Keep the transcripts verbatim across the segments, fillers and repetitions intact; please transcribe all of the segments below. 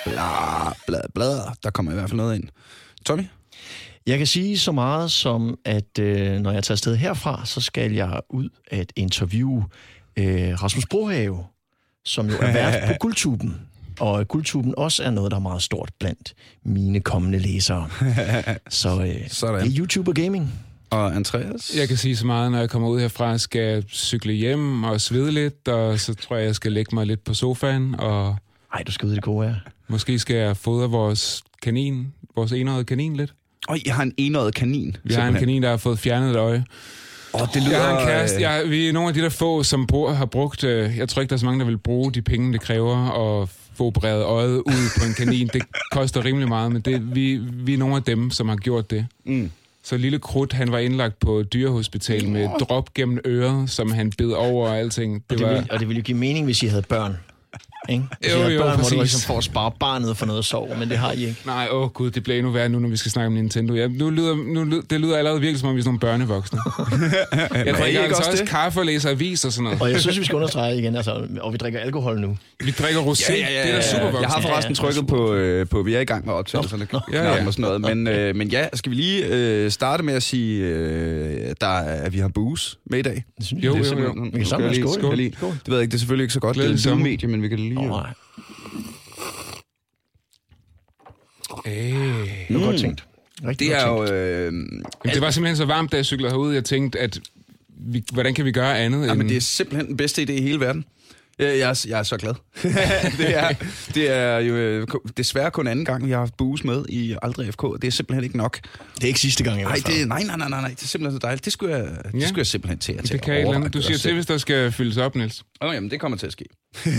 bla, bla, bla. Der kommer i hvert fald noget ind. Tommy? Jeg kan sige så meget som, at øh, når jeg tager afsted herfra, så skal jeg ud at interviewe øh, Rasmus Brohave, som jo er vært på Guldtuben. Og Guldtuben også er noget, der er meget stort blandt mine kommende læsere. Så øh, det er YouTube og gaming. Og Andreas? Jeg kan sige så meget, når jeg kommer ud herfra, skal jeg cykle hjem og svede lidt, og så tror jeg, jeg skal lægge mig lidt på sofaen, og... Ej, du skal ud i det gode, ja. Måske skal jeg fodre vores kanin, vores enøjede kanin lidt. Åh, jeg har en enøjet kanin. Vi har en kanin, der har fået fjernet et øje. Oh, det lyder... Jeg har en kæreste. Jeg, vi er nogle af de der få, som brug, har brugt... Øh, jeg tror ikke, der er så mange, der vil bruge de penge, det kræver at få opereret øjet ud på en kanin. Det koster rimelig meget, men det, vi, vi er nogle af dem, som har gjort det. Mm. Så lille Krut, han var indlagt på dyrehospital med et drop gennem øret, som han bed over og alting. Det og, det var... ville, og det ville jo give mening, hvis I havde børn. Ikke? Hvis jo, I havde jo, børn, præcis. hvor du ligesom får at spare barnet for noget sov, men det har I ikke. Nej, åh oh, gud, det bliver endnu værre nu, når vi skal snakke om Nintendo. Ja, nu lyder, nu lyder, det lyder allerede virkelig, som om vi er sådan nogle børnevoksne. Jeg drikker altså også, også kaffe og læser avis og sådan noget. Og jeg synes, vi skal understrege igen, altså, og vi drikker alkohol nu. Vi drikker rosé, ja, ja, ja, det er da super voksne. Jeg har forresten ja, ja, trykket på, øh, på, vi er i gang med optagelserne. Ja, ja. Og sådan noget. Men, øh, men ja, skal vi lige øh, starte med at sige, øh, der, at vi har booze med i dag? Det synes jo, jeg, jo, jo, jo. Vi kan sammen skål. Skål. Det ved jeg ikke, det er selvfølgelig ikke så godt. Det er et medie, men vi kan lige... Oh, Hey. Det er godt tænkt. Rigtig det er jo... Øh, Jamen, det var simpelthen så varmt, da jeg cyklede herude. Jeg tænkte, at vi, hvordan kan vi gøre andet? Ja, end... men det er simpelthen den bedste idé i hele verden. Jeg er, jeg er så glad. det, er, det er jo desværre kun anden gang, vi har haft booze med i Aldrig F K. Det er simpelthen ikke nok. Det er ikke sidste gang, i hvert fald. Nej, nej, nej, nej, nej. Det er simpelthen så dejligt. Det skulle jeg, det ja. skulle jeg simpelthen til at tage. Det kan over, du siger til, hvis der skal fyldes op, Niels. Åh, oh, jamen, det kommer til at ske.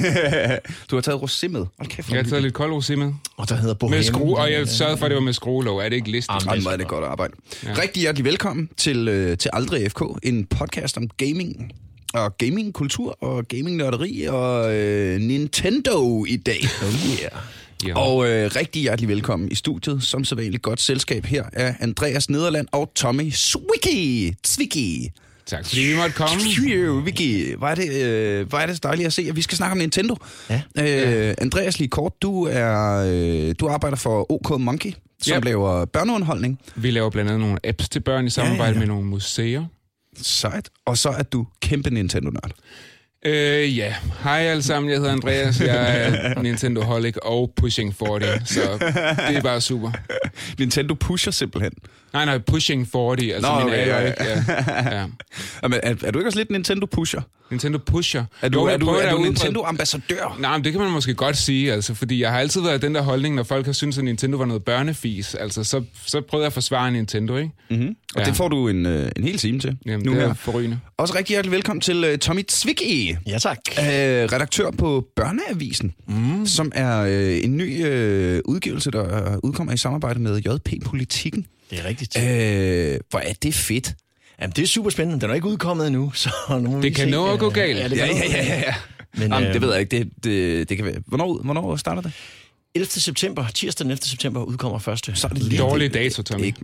Du har taget rosé med. Okay, jeg har taget lidt kold rosé med. Og der hedder Bohème. Med skrue, og jeg sørgede for, at det var med skruelåg. Er det ikke listet? Jamen, hvor er det godt arbejde. Ja. Rigtig hjertelig velkommen til, øh, til Aldrig F K. En podcast om gaming. Og gaming-kultur og gaming-nørderi og øh, Nintendo i dag. Oh yeah. Ja. Og øh, rigtig hjertelig velkommen i studiet. Som så vanligt godt selskab her er Andreas Nederland og Tommy Zwicky. Zwicky. Tak fordi vi måtte komme. Zwicky. Hvor er det, øh, hvor er det så dejligt at se, at vi skal snakke om Nintendo. Ja. Øh, ja. Andreas, lige kort, du, er, øh, du arbejder for OK Monkey, som yep. laver børneunderholdning. Vi laver blandt andet nogle apps til børn i samarbejde ja, ja, ja. med nogle museer. Sejt. Og så er du kæmpe Nintendo-nørd. Øh, ja. Hej alle sammen, jeg hedder Andreas, jeg er Nintendo-holic og Pushing fyrre, så det er bare super. Nintendo pusher simpelthen. Nej, nej, Pushing fyrre, altså Nå, min okay, er ja, ikke. Ja. Ja. Men er, er du ikke også lidt Nintendo-pusher? Nintendo pusher. Er du, jo, er du, er du ud Nintendo-ambassadør? Nej, men det kan man måske godt sige, altså, fordi jeg har altid været den der holdning, når folk har syntes, at Nintendo var noget børnefis, altså, så, så prøvede jeg at forsvare Nintendo, ikke? Mm-hmm. Og ja. Det får du en, en hel time til. Jamen, nu det er her. forrygende. Også rigtig hjertelig velkommen til uh, Tommy Zwicky. Ja, tak. Uh, redaktør på Børneavisen, mm. som er uh, en ny uh, udgivelse, der udkommer i samarbejde med J P Politikken. Det er rigtigt. Uh, hvor er det fedt. Jamen, det er super spændende. Den er ikke udkommet endnu, så nu må det kan nå at gå galt. Ja, ja, ja, ja, ja. Men, Jamen, øh, det ved jeg ikke. Det, det, det kan være. Hvornår, hvornår starter det? ellevte september, tirsdag den ellevte september udkommer første. Så er det lige dårlig dato, Tommy. Ikke.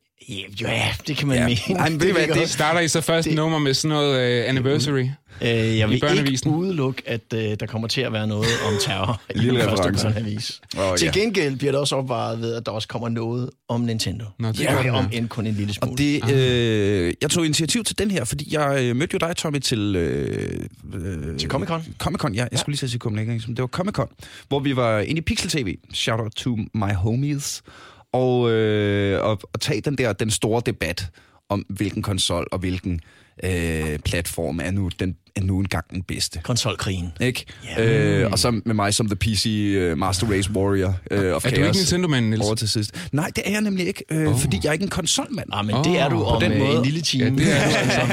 Ja, det kan man ja. mene. Ej, men det, det, det starter I så først det, nummer med sådan noget uh, anniversary. Øh, jeg vil ikke udelukke, at uh, der kommer til at være noget om terror i den første børneavis. Oh, til gengæld bliver det også opvaret ved, at der også kommer noget om Nintendo. Nå, det ja, om end kun en lille smule. Og det, øh, jeg tog initiativ til den her, fordi jeg øh, mødte jo dig, Tommy, til... Øh, øh, til Comic-Con? Comic-Con, ja. Jeg ja. skulle lige sige Comic-Con. Det var Comic-Con, hvor vi var inde i Pixel T V. Shout out to my homies. Og, øh, og, og tage den der, den store debat om, hvilken konsol og hvilken øh, platform er nu, den, er nu engang den bedste. Konsolkrigen. Ikke? Yeah. Øh, og så med mig som the P C uh, Master Race Warrior uh, of er Chaos. Er du ikke Nintendo-mand, Niels? Over til sidst. Nej, det er jeg nemlig ikke, øh, oh. fordi jeg er ikke en konsolmand. Ah, men oh, det er du om den måde. En lille time. Ja, det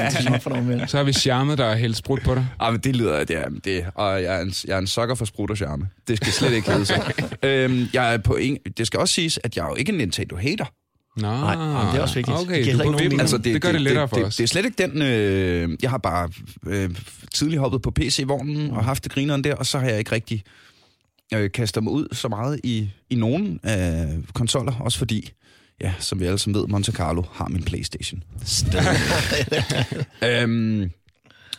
er så har vi charmet, der er helt sprut på dig. Ah, men det lyder, det er, det, og jeg er en, jeg er en sukker for sprut og charme. Det skal slet ikke hedde sig. øhm, jeg er på en, det skal også siges, at jeg er jo ikke en Nintendo-hater. Nå, nej, det er også vigtigt. Okay, det, det, altså, det, det gør det lettere det, for det, os. Det, det er slet ikke den... Øh, jeg har bare øh, tidligere hoppet på P C-vognen og haft det grineren der, og så har jeg ikke rigtig øh, kastet mig ud så meget i, i nogen af øh, konsoller, også fordi, ja, som vi alle som ved, Monte Carlo har min PlayStation. øhm,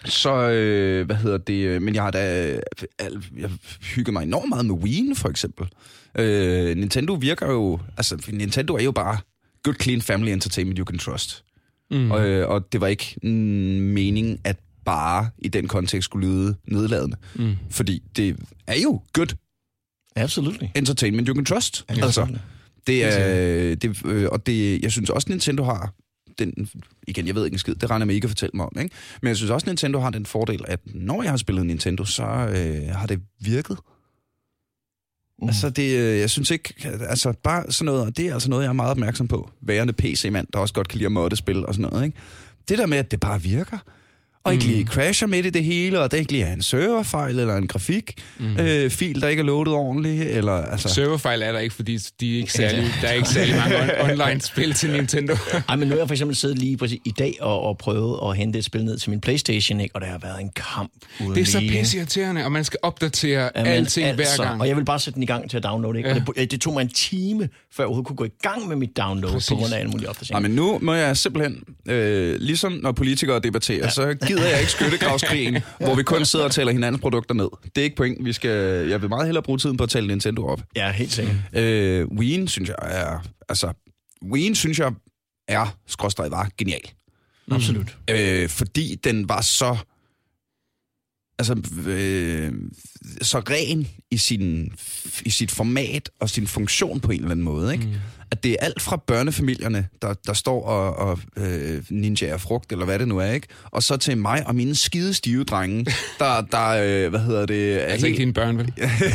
Så, øh, hvad hedder det, men jeg har da, jeg hygger mig enormt meget med Wii, for eksempel. Øh, Nintendo virker jo, altså Nintendo er jo bare good, clean family entertainment you can trust. Mm. Og, og det var ikke mm, meningen, at bare i den kontekst skulle lyde nedladende. Mm. Fordi det er jo good Absolutely. entertainment you can trust. Absolutely. Altså, det er, det, øh, og det, jeg synes også, Nintendo har den, igen, jeg ved ikke en skid, det regner jeg med ikke at fortælle mig om, ikke? Men jeg synes også, Nintendo har den fordel, at når jeg har spillet Nintendo, så øh, har det virket. Mm. Altså, det, jeg synes ikke, altså bare sådan noget, det er altså noget, jeg er meget opmærksom på. Værende P C-mand, der også godt kan lide at modde-spil og sådan noget, ikke? Det der med, at det bare virker, og ikke lige crasher midt i det hele, og det ikke lige er en serverfejl eller en grafik, mm. øh, fil, der ikke er loadet ordentligt, eller altså... Serverfejl er der ikke, fordi de er ikke særlig, der er ikke særlig mange on- online-spil til Nintendo. Ej, men nu har jeg for eksempel siddet lige præcis i dag og, og prøvet at hente et spil ned til min PlayStation, ikke? Og der har været en kamp uden Det er så lige. pisseirriterende, og man skal opdatere ja, alting altså, hver gang. Og jeg vil bare sætte den i gang til at downloade, ikke? Ja. Og det, det tog mig en time, før jeg overhovedet kunne gå i gang med mit download, præcis. På grund af alle mulige opdateringer. Nej, men nu må jeg simpelthen, øh, ligesom når politikere debatterer, ja. Så gider jeg ikke skyttegravskrigen, ja. Hvor vi kun sidder og tæller hinandens produkter ned. Det er ikke pointen. Vi skal, jeg vil meget hellere bruge tiden på at tale Nintendo op. Ja, helt sikkert. Øh, Wii, synes jeg er, altså, Wii, synes jeg er, skråstreg var, genial. Mm. Absolut. Øh, fordi den var så, altså, øh, så ren i, sin, i sit format og sin funktion på en eller anden måde, ikke? Mm. At det er alt fra børnefamilierne, der, der står og, og øh, ninjaer frugt, eller hvad det nu er, ikke? Og så til mig og mine skide stive drenge, der, der øh, hvad hedder det... Er altså helt... ikke dine børn, vel?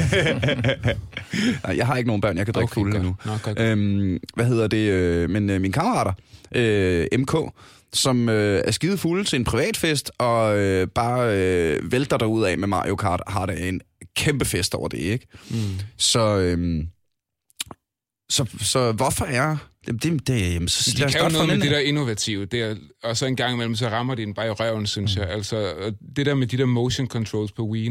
Nej, jeg har ikke nogen børn, jeg kan drikke okay, fulde endnu. Nå, godt. Øhm, hvad hedder det? Øh, men øh, mine kammerater, øh, M K, som øh, er skide fulde til en privatfest, og øh, bare øh, vælter derudad med Mario Kart, har det en kæmpe fest over det, ikke? Mm. Så... Øh, Så, så hvorfor er... Det, det, det, jamen, så, de kan jo noget med det der innovative, det er, og så en gang imellem, så rammer de den bare i røven, synes mm. jeg. Altså, det der med de der motion controls på Wii,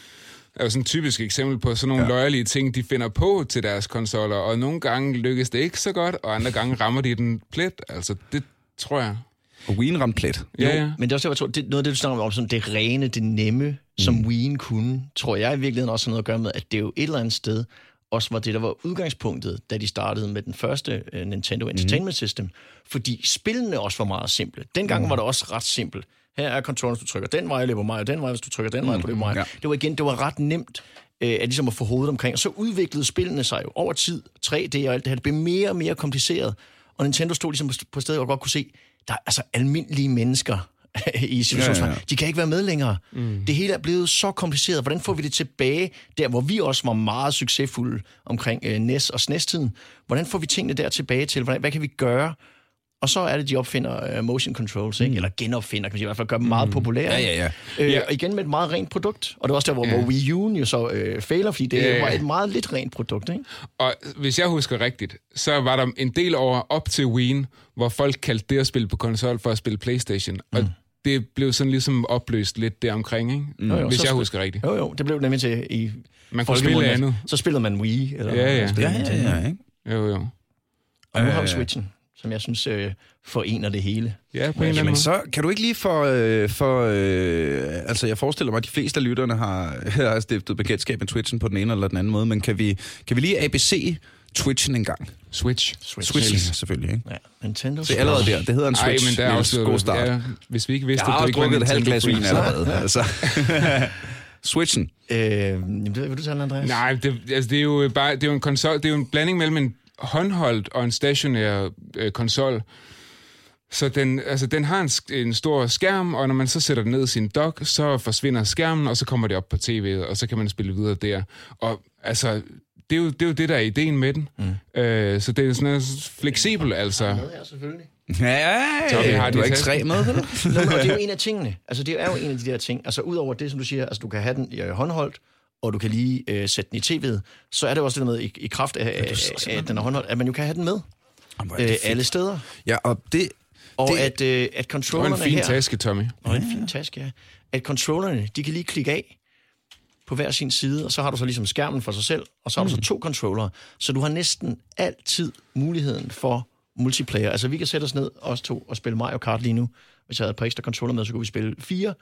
er jo sådan et typisk eksempel på sådan nogle ja. løjerlige ting, de finder på til deres konsoller, og nogle gange lykkes det ikke så godt, og andre gange rammer de den plet. Altså, det tror jeg. Og Wii'en ramte plet. Ja, ja. Men det er også, jeg tror, det, noget af det, du snakker om, sådan det rene, det nemme, som mm. Wii'en kunne, tror jeg i virkeligheden også har noget at gøre med, at det er jo et eller andet sted, også var det, der var udgangspunktet, da de startede med den første uh, Nintendo Entertainment mm. System, fordi spillene også var meget simple. Dengang mm. var det også ret simpelt. Her er controlleren, hvis du trykker den vej, løber mig, og den vej, hvis du trykker den vej, løber mig. Ja. Det var igen, det var ret nemt uh, at, ligesom at få hovedet omkring. Og så udviklede spillene sig jo over tid, tre D og alt det her, det blev mere og mere kompliceret. Og Nintendo stod ligesom på stedet og godt kunne se, der er altså almindelige mennesker i situationen. Ja, ja, ja. De kan ikke være med længere. Mm. Det hele er blevet så kompliceret. Hvordan får vi det tilbage, der hvor vi også var meget succesfulde omkring øh, N E S og S N E S-tiden? Hvordan får vi tingene der tilbage til? Hvordan, hvad kan vi gøre? Og så er det, de opfinder uh, motion controls, ikke? Mm. Eller genopfinder, kan man sige, i hvert fald gør dem meget mm. populære. Ja, ja, ja. Øh, ja. Og igen med et meget rent produkt. Og det er også der, hvor, ja. hvor Wii U'en jo så øh, fejler, fordi det ja, ja. var et meget lidt rent produkt, ikke? Og hvis jeg husker rigtigt, så var der en del år op til Wii'en, hvor folk kaldte det at spille på konsol for at spille PlayStation. Mm. Og det blev sådan ligesom opløst lidt deromkring, ikke? Mm. Jo, jo, hvis jeg husker rigtigt. Jo, jo, det blev nemlig til i man kunne spille andet. Så spillede man Wii. Eller ja, ja. Ja, ja, ja, ja, ikke? Jo, jo. Og nu har vi Switchen, som jeg synes øh, forener det hele. Ja, på en eller anden måde. Så kan du ikke lige for... Øh, for øh, altså, jeg forestiller mig, at de fleste af lytterne har, har stiftet bekendtskab med Twitchen på den ene eller den anden måde, men kan vi, kan vi lige A B C Twitchen en gang? Switch. Switch, Switch selvfølgelig, ikke? Ja, Nintendo det er allerede der. Det hedder en Switch. Ej, men der er også god start. Ja, hvis vi ikke vidste, jeg at du ikke var Nintendo. Jeg har også drukket et halvt glas vin allerede. Ja. Switchen. Øh, jamen, det vil du tale, Andreas? Nej, det, altså, det er jo bare det er jo en konsol, det er jo en blanding mellem en håndholdt og en stationær øh, konsol. Så den, altså, den har en, en stor skærm, og når man så sætter den ned i sin dock, så forsvinder skærmen, og så kommer det op på tv'et, og så kan man spille videre der. Og altså, det er jo det, er jo det der er ideen med den. Mm. Øh, så det er sådan fleksibel, altså. Ja, selvfølgelig. Ja, ja, ja. Har du ikke tre med, eller? Nå, men, og det er jo en af tingene. Altså, det er jo en af de der ting. Altså, udover det, som du siger, altså, du kan have den i håndholdt, og du kan lige øh, sætte den i tv'et, så er det også det med i, i kraft af, af, af den er håndholdt, at man jo kan have den med øh, alle steder. Ja, og det... Og det, at, øh, at controllerne her... Og en fin her, taske, Tommy. Og en fin taske, ja. At controllerne, de kan lige klikke af på hver sin side, og så har du så ligesom skærmen for sig selv, og så har mm. du så to controllere. Så du har næsten altid muligheden for multiplayer. Altså, vi kan sætte os ned, os to, og spille Mario Kart lige nu. Hvis jeg havde et par ekstra controller med, så kunne vi spille fire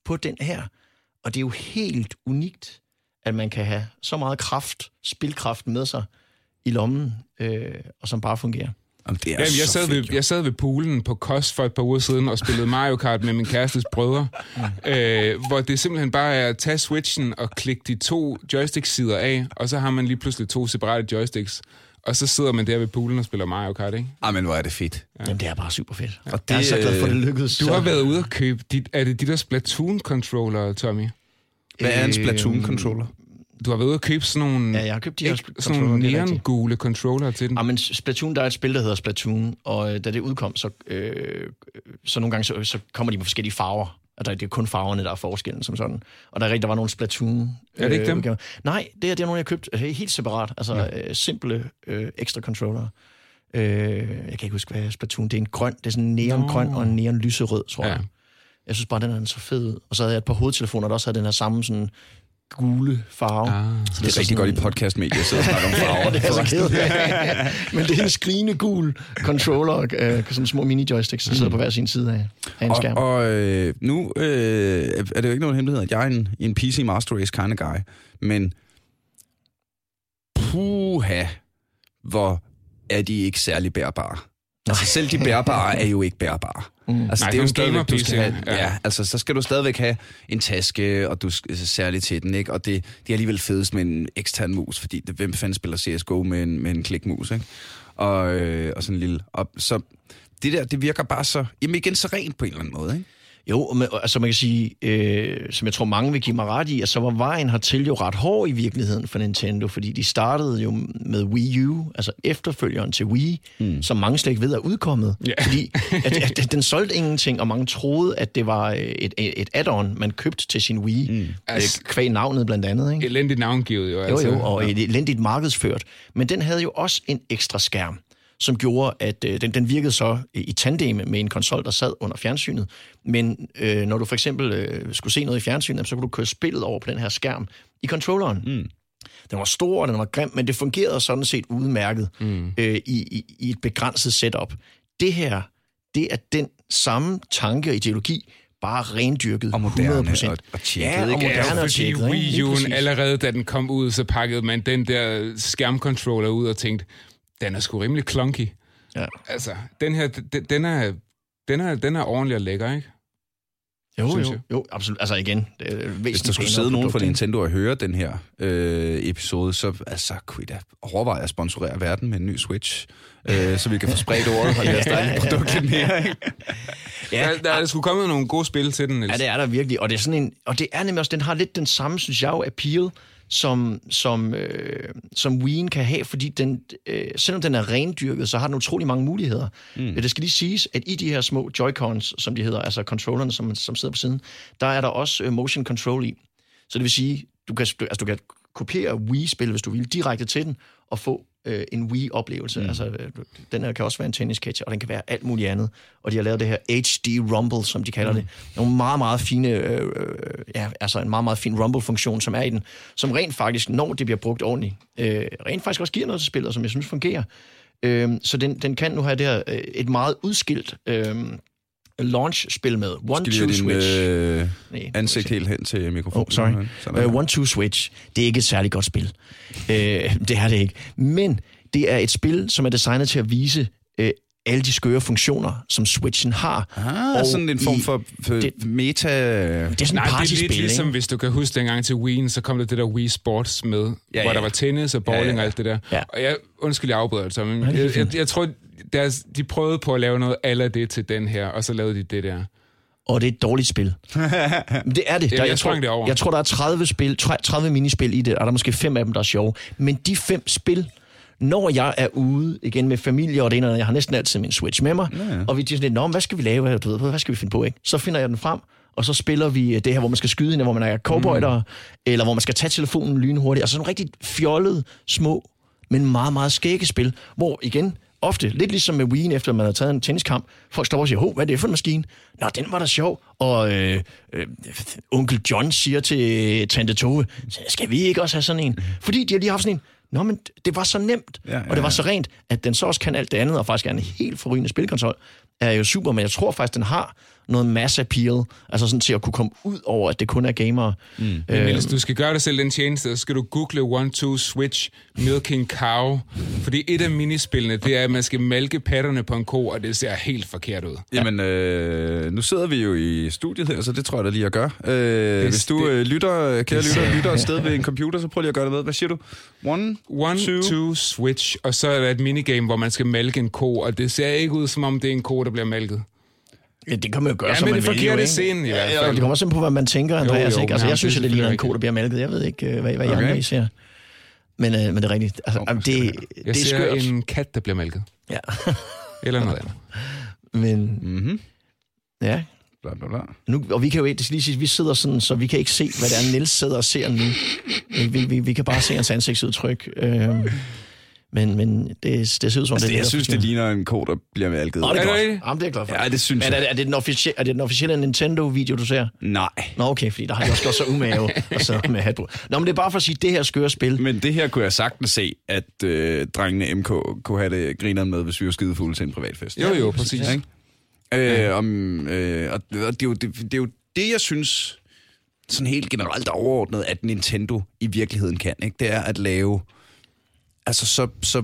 på den her. Og det er jo helt unikt, at man kan have så meget kraft, spilkraft med sig i lommen, øh, og som bare fungerer. Jamen, det er Jamen, jeg, sad fedt, ved, jeg sad ved poolen på Kos for et par uger siden og spillede Mario Kart med min kærestes brødre, mm. øh, hvor det simpelthen bare er at tage switchen og klikke de to joystick-sider af, og så har man lige pludselig to separate joysticks. Og så sidder man der ved poolen og spiller Mario Kart, ikke? Ah, men hvor er det fedt. Ja. Jamen, det er bare super fedt. Og det, jeg er så glad for, at det lykkedes. Du så. har været ude og købe... Dit, er det de der Splatoon-controller, Tommy? Hvad er en Splatoon-controller? Du har været ude og købe sådan nogle... Ja, jeg har købt de her ikke, sådan nogle neon-gule controller til den. Ja, men Splatoon, der er et spil, der hedder Splatoon, og øh, da det udkom, så, øh, så nogle gange så, så kommer de med forskellige farver. Altså, det er kun farverne, der er forskellen som sådan. Og der er rigtig, der var nogle Splatoon... Er det ikke dem? Øh, Nej, det er, det er nogle, jeg har købt helt separat. Altså, ja. øh, simple øh, ekstra controller. Øh, jeg kan ikke huske, hvad Splatoon... Det er en grøn, det er sådan en neongrøn og en neon lyserød, tror jeg. Ja. Jeg synes bare, den er så fed ud. Og så havde jeg et par hovedtelefoner, der også havde den her samme sådan gule farve. Ah, så det er rigtig godt i podcastmedier, så snakker om farver. Ja, det er så kedeligt. Men det er en skrigende gul controller, øh, sådan små mini-joysticks, der sidder på hver sin side af, af en skærm. Og, og øh, nu øh, er det jo ikke nogen hemmelighed, at jeg er en, en P C Master Race kind of guy, men puha, hvor er de ikke særlig bærbare. Altså selv de bærbare er jo ikke bærbare. Mm. Altså, Nej, det er jo stadigvæk, du skal have, ja. ja, altså så skal du stadigvæk have en taske, og du skal særligt til den, ikke? Og det, det er alligevel fedest med en ekstern mus, fordi det, hvem fanden spiller C S G O med en, med en klikmus, ikke? Og, øh, og sådan en lille... Og, så det der, det virker bare så... Jamen igen, så rent på en eller anden måde, ikke? Jo, men, altså man kan sige, øh, som jeg tror mange vil give mig ret i, at så var vejen hertil jo ret hård i virkeligheden for Nintendo, fordi de startede jo med Wii U, altså efterfølgeren til Wii, mm. som mange slet ikke ved er udkommet. Yeah. Fordi at, at den solgte ingenting, og mange troede, at det var et, et add-on, man købte til sin Wii, mm. altså, kvæg navnet blandt andet. Ikke? Elendigt navngivet jo. Altså. Jo, jo, og ja. elendigt markedsført. Men den havde jo også en ekstra skærm, som gjorde, at øh, den, den virkede så i tandem med en konsol, der sad under fjernsynet. Men øh, når du for eksempel øh, skulle se noget i fjernsynet, så kunne du køre spillet over på den her skærm i controlleren. Mm. Den var stor, og den var grim, men det fungerede sådan set udmærket mm. øh, i, i, i et begrænset setup. Det her, det er den samme tanke og ideologi, bare rendyrket og moderne hundrede procent. Og, og tjekket, ja, og moderne ja, og tjekket. Fordi Wii U'en allerede, da den kom ud, så pakkede man den der skærmcontroller ud og tænkte, den er sgu rimelig clunky. Ja. Altså, den her, den, den, er, den, er, den er ordentlig og lækker, ikke? Jo, jo, jo, absolut. Altså igen, det er hvis der skulle sidde nogen fra Nintendo og høre den her øh, episode, så altså, kunne I da overveje at sponsorere verden med en ny Switch, øh, så vi kan få spredt ordet og lade os dejligt produkt lidt mere, ikke? Ja, der, der er sgu kommet nogle gode spil til den, Niels. Ja, det er der virkelig, og det er sådan en, og det er nemlig også, den har lidt den samme, synes jeg jo, appeal, som, som, øh, som Wii'en kan have, fordi den, øh, selvom den er rendyrket, så har den utrolig mange muligheder. Mm. Det skal lige siges, at i de her små Joy-Cons, som de hedder, altså controllerne, som, som sidder på siden, der er der også øh, motion control i. Så det vil sige, du kan, altså, du kan kopiere Wii-spil, hvis du vil, direkte til den, og få øh, en Wii-oplevelse. Mm. Altså, øh, den her kan også være en tennis-catcher, og den kan være alt muligt andet. Og de har lavet det her H D Rumble, som de kalder mm. det. Nogle meget, meget fine, øh, ja, altså en meget, meget fin Rumble-funktion, som er i den, som rent faktisk, når det bliver brugt ordentligt, øh, rent faktisk også giver noget til spillet, som jeg synes fungerer. Øh, så den, den kan nu have det her, øh, et meget udskilt øh, launch-spil med One-Two-Switch. Øh, Nej, ansigt helt hen til mikrofonen. Oh, sorry. Uh, One-Two-Switch. Det er ikke et særligt godt spil. uh, det er det ikke. Men det er et spil, som er designet til at vise uh, alle de skøre funktioner, som Switchen har. Ah, og sådan en form for, for det, meta... Det er sådan Nej, partyspil, det er lidt ligesom, ikke? hvis du kan huske dengang til Wii'en, så kom der det der Wii Sports med, ja, hvor ja. der var tennis og bowling ja, ja. og alt det der. Ja. Og jeg, undskyld, jeg afbryder altså, men ja, jeg, jeg, jeg tror, deres, de prøvede på at lave noget af det til den her, og så lavede de det der. Og det er et dårligt spil. Men det er det. Der, jeg, jeg, tror, det over. jeg tror, der er tredive spil, tredive minispil i det, og der er måske fem af dem, der er sjove. Men de fem spil, når jeg er ude igen med familie og det ene, jeg har næsten altid min Switch med mig, ja, ja. og vi er sådan lidt, nå, hvad skal vi lave? Du ved, hvad skal vi finde på, ikke? Så finder jeg den frem, og så spiller vi det her, hvor man skal skyde, hvor man er cowboyder, mm. eller hvor man skal tage telefonen lynhurtigt. Altså sådan rigtig fjollede, små, men meget, meget skægge spil, hvor igen, ofte, lidt ligesom med Wii'en, efter man har taget en tenniskamp, folk står og siger, hov, hvad er det for en maskine? Nå, den var da sjov. Og øh, øh, onkel John siger til Tante Tove, skal vi ikke også have sådan en? Fordi de har lige haft sådan en, nå, men det var så nemt, ja, ja, ja. og det var så rent, at den så også kan alt det andet, og faktisk er en helt forrygende spilkonsol, er jo super, men jeg tror faktisk, den har noget mass appeal, altså sådan til at kunne komme ud over, at det kun er gamere. Mm. Men hvis du skal gøre dig selv den tjeneste, så skal du google one two switch milking cow, fordi et af minispillene, det er, at man skal malke patterne på en ko, og det ser helt forkert ud. Jamen, øh, nu sidder vi jo i studiet her, så det tror jeg da lige at gøre. Øh, hvis du øh, lytter, kære lytter, lytter et sted ved en computer, så prøv lige at gøre det med. Hvad siger du? One, one two. two switch, og så er der et minigame, hvor man skal malke en ko, og det ser ikke ud, som om det er en ko, der bliver malket. Ja, det kan man jo gøre, ja, som man vil. Ja, men det forkerte scenen i hvert fald. Ja, det kommer simpelthen på, hvad man tænker, Andreas. Jo, jo, ikke? Altså, jeg synes, det at det ligner en ko, der bliver malket. Jeg ved ikke, hvad, hvad okay. I ser. Men, øh, men det er rigtigt. Altså, oh, det, jeg det er ser skørt. en kat, der bliver malket. Ja. Eller noget andet. Men, mm-hmm. ja. Bla, bla, bla. Nu, og vi kan jo ikke, det skal lige sige, vi sidder sådan, så vi kan ikke se, hvad det er, Niels sidder og ser nu. Vi, vi, vi kan bare se hans ansigtsudtryk. Øhm, men, men det, det ser ud som... Altså, det, jeg synes, det ligner en ko, der bliver malket. Nå, det er godt. Jamen, det er jeg glad for. Ja, det synes men jeg. er det, er, det den officie- er det den officielle Nintendo-video, du ser? Nej. Nå, okay, fordi der har jeg også gjort så umage og så med hat på. Nå, men det er bare for at sige, det her skøre spil. Men det her kunne jeg sagtens se, at øh, drengene M K kunne have det grineren med, hvis vi var skidefulde til en privatfest. Jo, jo, præcis. Ja, ikke? Øh, om, øh, og det er, jo, det, det er jo det, jeg synes, sådan helt generelt overordnet, at Nintendo i virkeligheden kan, ikke? Det er at lave, altså så, så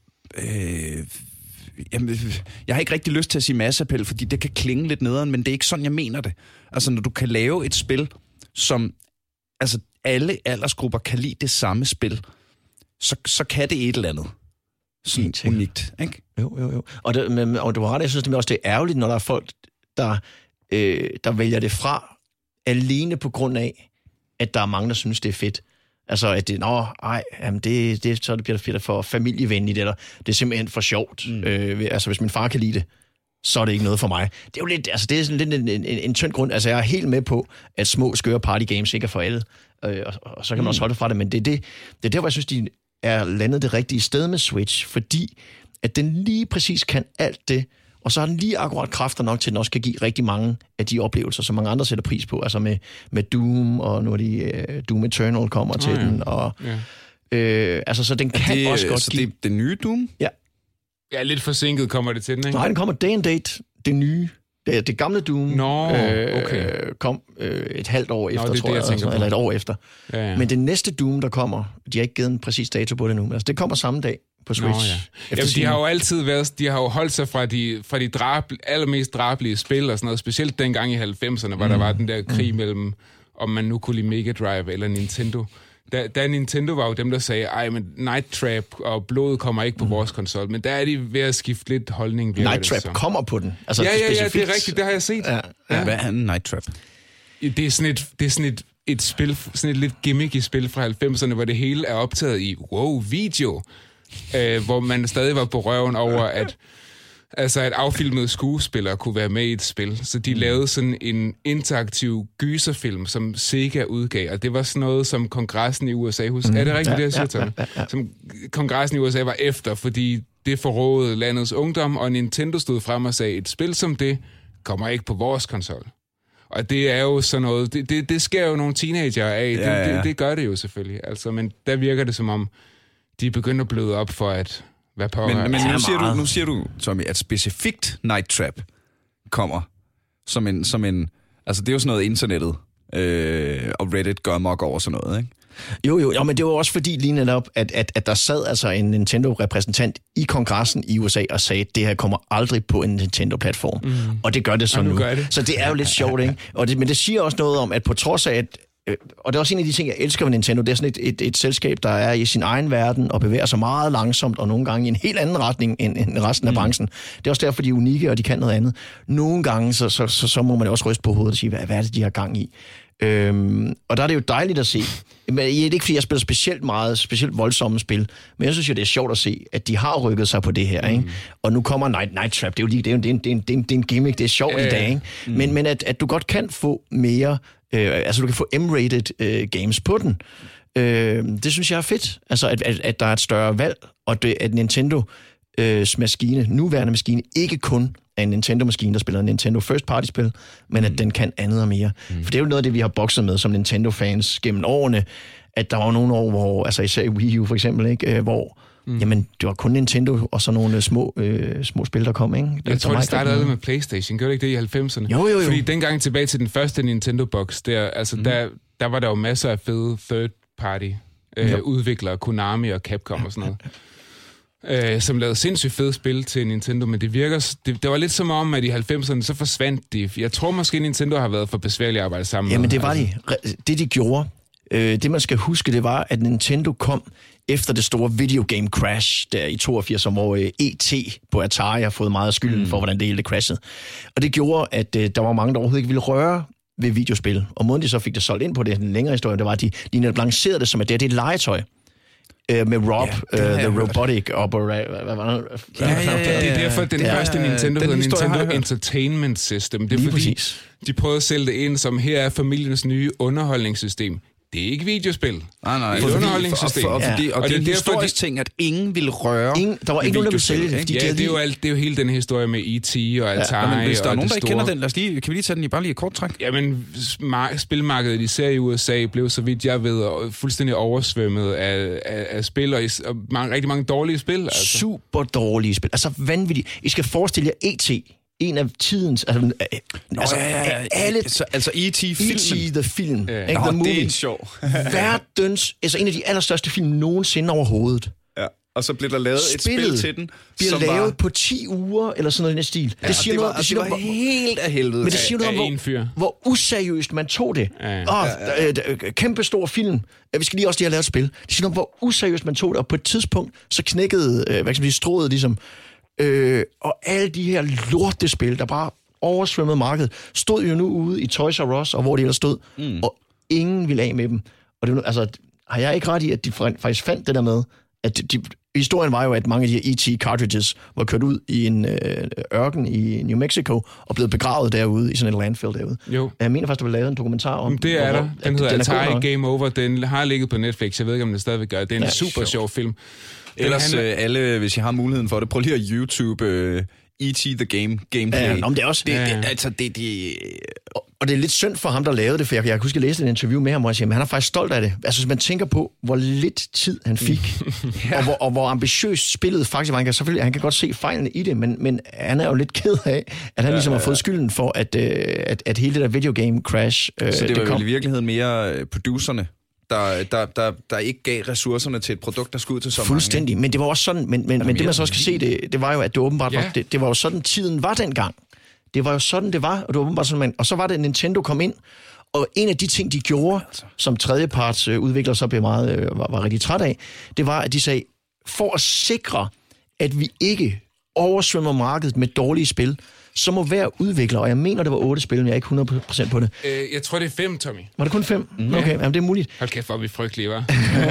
øh, jamen, jeg har ikke rigtig lyst til at sige masseappel, fordi det kan klinge lidt nederen, men det er ikke sådan, jeg mener det. Altså, når du kan lave et spil, som altså alle aldersgrupper kan lide det samme spil, så, så kan det et eller andet. Sådan unikt, ikke? Jo, jo, jo. Og, det, men, og du har ret, jeg synes det også, det er ærgerligt, når der er folk, der, øh, der vælger det fra, alene på grund af, at der er mange, der synes, det er fedt. Altså, at det, nå, ej, jamen det, det, så bliver det fedt for familievenligt, eller det er simpelthen for sjovt. Mm. Øh, altså, hvis min far kan lide det, så er det ikke noget for mig. Det er jo lidt, altså, det er sådan lidt en, en, en, en tynd grund. Altså, jeg er helt med på, at små, skøre partygames ikke er for alle, øh, og, og så kan man mm. også holde fra det, men det er, det, det er der, hvor jeg synes, de er landet det rigtige sted med Switch, fordi at den lige præcis kan alt det, og så har den lige akkurat kræfter nok til, at den også kan give rigtig mange af de oplevelser, som mange andre sætter pris på, altså med, med Doom, og nu er de uh, Doom Eternal kommer til oh, ja. den, og ja. øh, altså så den kan det, også godt så give... det er det nye Doom? Ja. Ja, lidt forsinket kommer det til den, ikke? Nej, den kommer day and date, det nye. Det, det gamle Doom Nå, okay. øh, kom øh, et halvt år efter, Nå, det tror jeg, det, jeg jeg eller et år efter. Ja, ja. Men det næste Doom, der kommer, de har ikke givet en præcis dato på det nu, men altså, det kommer samme dag på Switch. Nå, ja. Jamen, de har jo altid været, de har jo holdt sig fra de, fra de drab, allermest drabelige spil og sådan noget, specielt dengang i halvfemserne, hvor mm. der var den der krig mm. mellem, om man nu kunne lide Mega Drive eller Nintendo. Da, da Nintendo var jo dem, der sagde, ej, men Night Trap og blodet kommer ikke på mm. vores konsol, men der er de ved at skifte lidt holdning. Night Trap så. kommer på den. Altså, ja, ja, ja, det er rigtigt, det har jeg set. Ja, ja. Hvad er en Night Trap? Det er sådan et, det er sådan et, et spil, sådan et lidt gimmicky spil fra halvfemserne, hvor det hele er optaget i, wow, video, øh, hvor man stadig var på røven over, at altså at affilmede skuespillere kunne være med i et spil. Så de mm. lavede sådan en interaktiv gyserfilm, som Sega udgav, og det var sådan noget, som kongressen i U S A, husk, mm. er det rigtigt, ja, det jeg siger, ja, ja, ja. Som kongressen i U S A var efter, fordi det forrådede landets ungdom, og Nintendo stod frem og sagde, et spil som det kommer ikke på vores konsol. Og det er jo sådan noget, det, det, det sker jo nogle teenager af, ja, det, ja. Det, det gør det jo selvfølgelig, altså, men der virker det som om, de begynder at bløde op for at hvad på. Men, men nu, siger du, nu siger du, Tommy, at specifikt Night Trap kommer som en, som en altså det er jo sådan noget internettet, øh, og Reddit gør mok over sådan noget, ikke? Jo, jo, jo, men det var også fordi lige netop, at, at, at der sad altså en Nintendo-repræsentant i kongressen i U S A og sagde, at det her kommer aldrig på en Nintendo-platform. Mm. Og det gør det så ja, nu. nu. Det. Så det er jo lidt sjovt, ikke? Og det, men det siger også noget om, at på trods af, at og det er også en af de ting, jeg elsker ved Nintendo. Det er sådan et, et, et selskab, der er i sin egen verden og bevæger sig meget langsomt, og nogle gange i en helt anden retning end, end resten af mm. branchen. Det er også derfor, de er unikke, og de kan noget andet. Nogle gange, så, så, så, så må man også ryste på hovedet og sige, hvad, hvad er det, de har gang i? Øhm, og der er det jo dejligt at se. Men det er ikke, fordi jeg spiller specielt meget, specielt voldsomme spil, men jeg synes jo, det er sjovt at se, at de har rykket sig på det her, ikke? Mm. Og nu kommer Night, Night Trap, det er jo lige, det er, det er, det er, det er, det er en gimmick, det er sjovt øh, i dag, ikke? Mm. Men, men at, at du godt kan få mere, øh, altså du kan få M-rated øh, games på den. Øh, det synes jeg er fedt, altså at, at, at der er et større valg, og det, at Nintendo øh, maskine, nuværende maskine, ikke kun er en Nintendo-maskine, der spiller Nintendo First-Party-spil, men at mm. den kan andet og mere. Mm. For det er jo noget af det, vi har bokset med som Nintendo-fans gennem årene, at der var nogle år, hvor, altså især i Wii U for eksempel, ikke, hvor, Mm. Jamen, det var kun Nintendo og så nogle små, øh, små spil, der kom, ikke? Der, jeg tror, det startede allerede med PlayStation. Gjorde det ikke det i halvfemserne? Jo, jo, jo. Fordi dengang tilbage til den første Nintendo-box, der, altså, mm. der, der var der jo masser af fede third-party øh, udviklere, Konami og Capcom og sådan noget, øh, som lavede sindssygt fede spil til Nintendo, men det virker... Det, det var lidt som om, at i halvfemserne, så forsvandt de. Jeg tror måske, Nintendo har været for besværligt at arbejde sammen. Jamen, med. det var altså. de. Det, de gjorde... Øh, det, man skal huske, det var, at Nintendo kom efter det store videogame crash der i toogfirs, hvor øh, E T på Atari har fået meget af skylden mm. for, hvordan det hele crashede. Og det gjorde, at øh, der var mange, der overhovedet ikke ville røre ved videospil. Og måden de så fik det solgt ind på det, den længere historie, det var, at de, de netop lancerede det som, at det er, det er et legetøj. Øh, med Rob, ja, uh, The Robotic Operator. Hvad var det? Ja, ja, ja, ja, det er derfor, den ja, første Nintendo hedder Nintendo Entertainment System. Det er fordi, præcis. De prøvede at sælge det ind som, her er familiens nye underholdningssystem. Det er ikke videospil. Nej, nej. Det er et underholdningssystem. Og, og, og, og, og det er en historisk ting, at ingen vil røre ingen, der var ikke nogen, der ville sælge det. Ja, det er, jo alt, det er jo hele den historie med E T og Atari. Ja, men hvis der er nogen, der ikke store... kender den, lad os lige, kan vi lige tage den i bare lige et kort træk? Jamen, spilmarkedet især i U S A blev, så vidt jeg ved, fuldstændig oversvømmet af, af, af spil, og, og mange, rigtig mange dårlige spil. Altså. Super dårlige spil. Altså vanvittigt. I skal forestille jer E T en af tidens... Altså, Nå, altså, ja, ja, ja. alle, altså, altså E T-filmen. E T the film. Ja. Ikke? Nå, The movie. det er sjov. Verdens... Altså en af de allerstørste film nogensinde overhovedet. Ja. Og så blev der lavet Spillet et spil til den, bliver som lavet var... på ti uger, eller sådan noget i den stil. Ja, det siger det var, noget, det siger det var noget, helt af helvede. Men det siger noget om, hvor, hvor useriøst man tog det. Ja, ja. Og, ja, ja. Kæmpe stor film. Vi skal lige også lige have lavet et spil. Det siger noget om, hvor useriøst man tog det. Og på et tidspunkt, så knækkede, hvad kan man sige, strået ligesom. Øh, og alle de her lortespil, der bare oversvømmede markedet, stod jo nu ude i Toys R Us, og hvor de ellers stod, mm. og ingen ville af med dem. Og det, altså, har jeg ikke ret i, at de faktisk fandt det der med, at de, historien var jo, at mange af de her E T cartridges var kørt ud i en øh, ørken i New Mexico, og blevet begravet derude i sådan et landfill derude. Jo. Jeg mener faktisk, der blev lavet en dokumentar om... Det er der. Den hedder Atari Game Over. Den har ligget på Netflix. Jeg ved ikke, om den stadigvæk gør. Det er en ja, super sjov, sjov film. Ellers handler... øh, alle, hvis jeg har muligheden for det, prøv lige at YouTube øh, E T the Game gameplay. Ja, det er også... Det, ja, ja. det, altså, det, det... Og det er lidt synd for ham, der lavede det, for jeg, jeg kan huske, at jeg læste et interview med ham, hvor han siger, at han er faktisk stolt af det. Altså, hvis man tænker på, hvor lidt tid han fik, ja. og, hvor, og hvor ambitiøst spillet faktisk var. Han kan selvfølgelig han kan godt se fejlene i det, men, men han er jo lidt ked af, at han ja, ligesom har fået skylden for, at, at, at hele det der videogame crash... Så det var det jo i virkeligheden mere producerne, Der, der, der, der ikke gav ressourcerne til et produkt, der skulle ud til så mange. Fuldstændig, men det var også sådan, men, men, men det man så også kan se, det, det var jo, at det åbenbart ja. var, det, det var jo sådan, tiden var dengang. Det var jo sådan, det var, og det var åbenbart sådan, man, og så var det, at Nintendo kom ind, og en af de ting, de gjorde, altså. som tredjeparts øh, udviklere så blev meget, øh, var, var rigtig træt af, det var, at de sagde, for at sikre, at vi ikke oversvømmer markedet med dårlige spil, så må hver udvikler, og jeg mener, det var otte spil, men jeg er ikke hundrede procent på det. Øh, jeg tror, det er fem, Tommy. Var det kun fem? Mm. Okay, jamen, det er muligt. Hold kæft, hvor er vi frygtelige, hva'?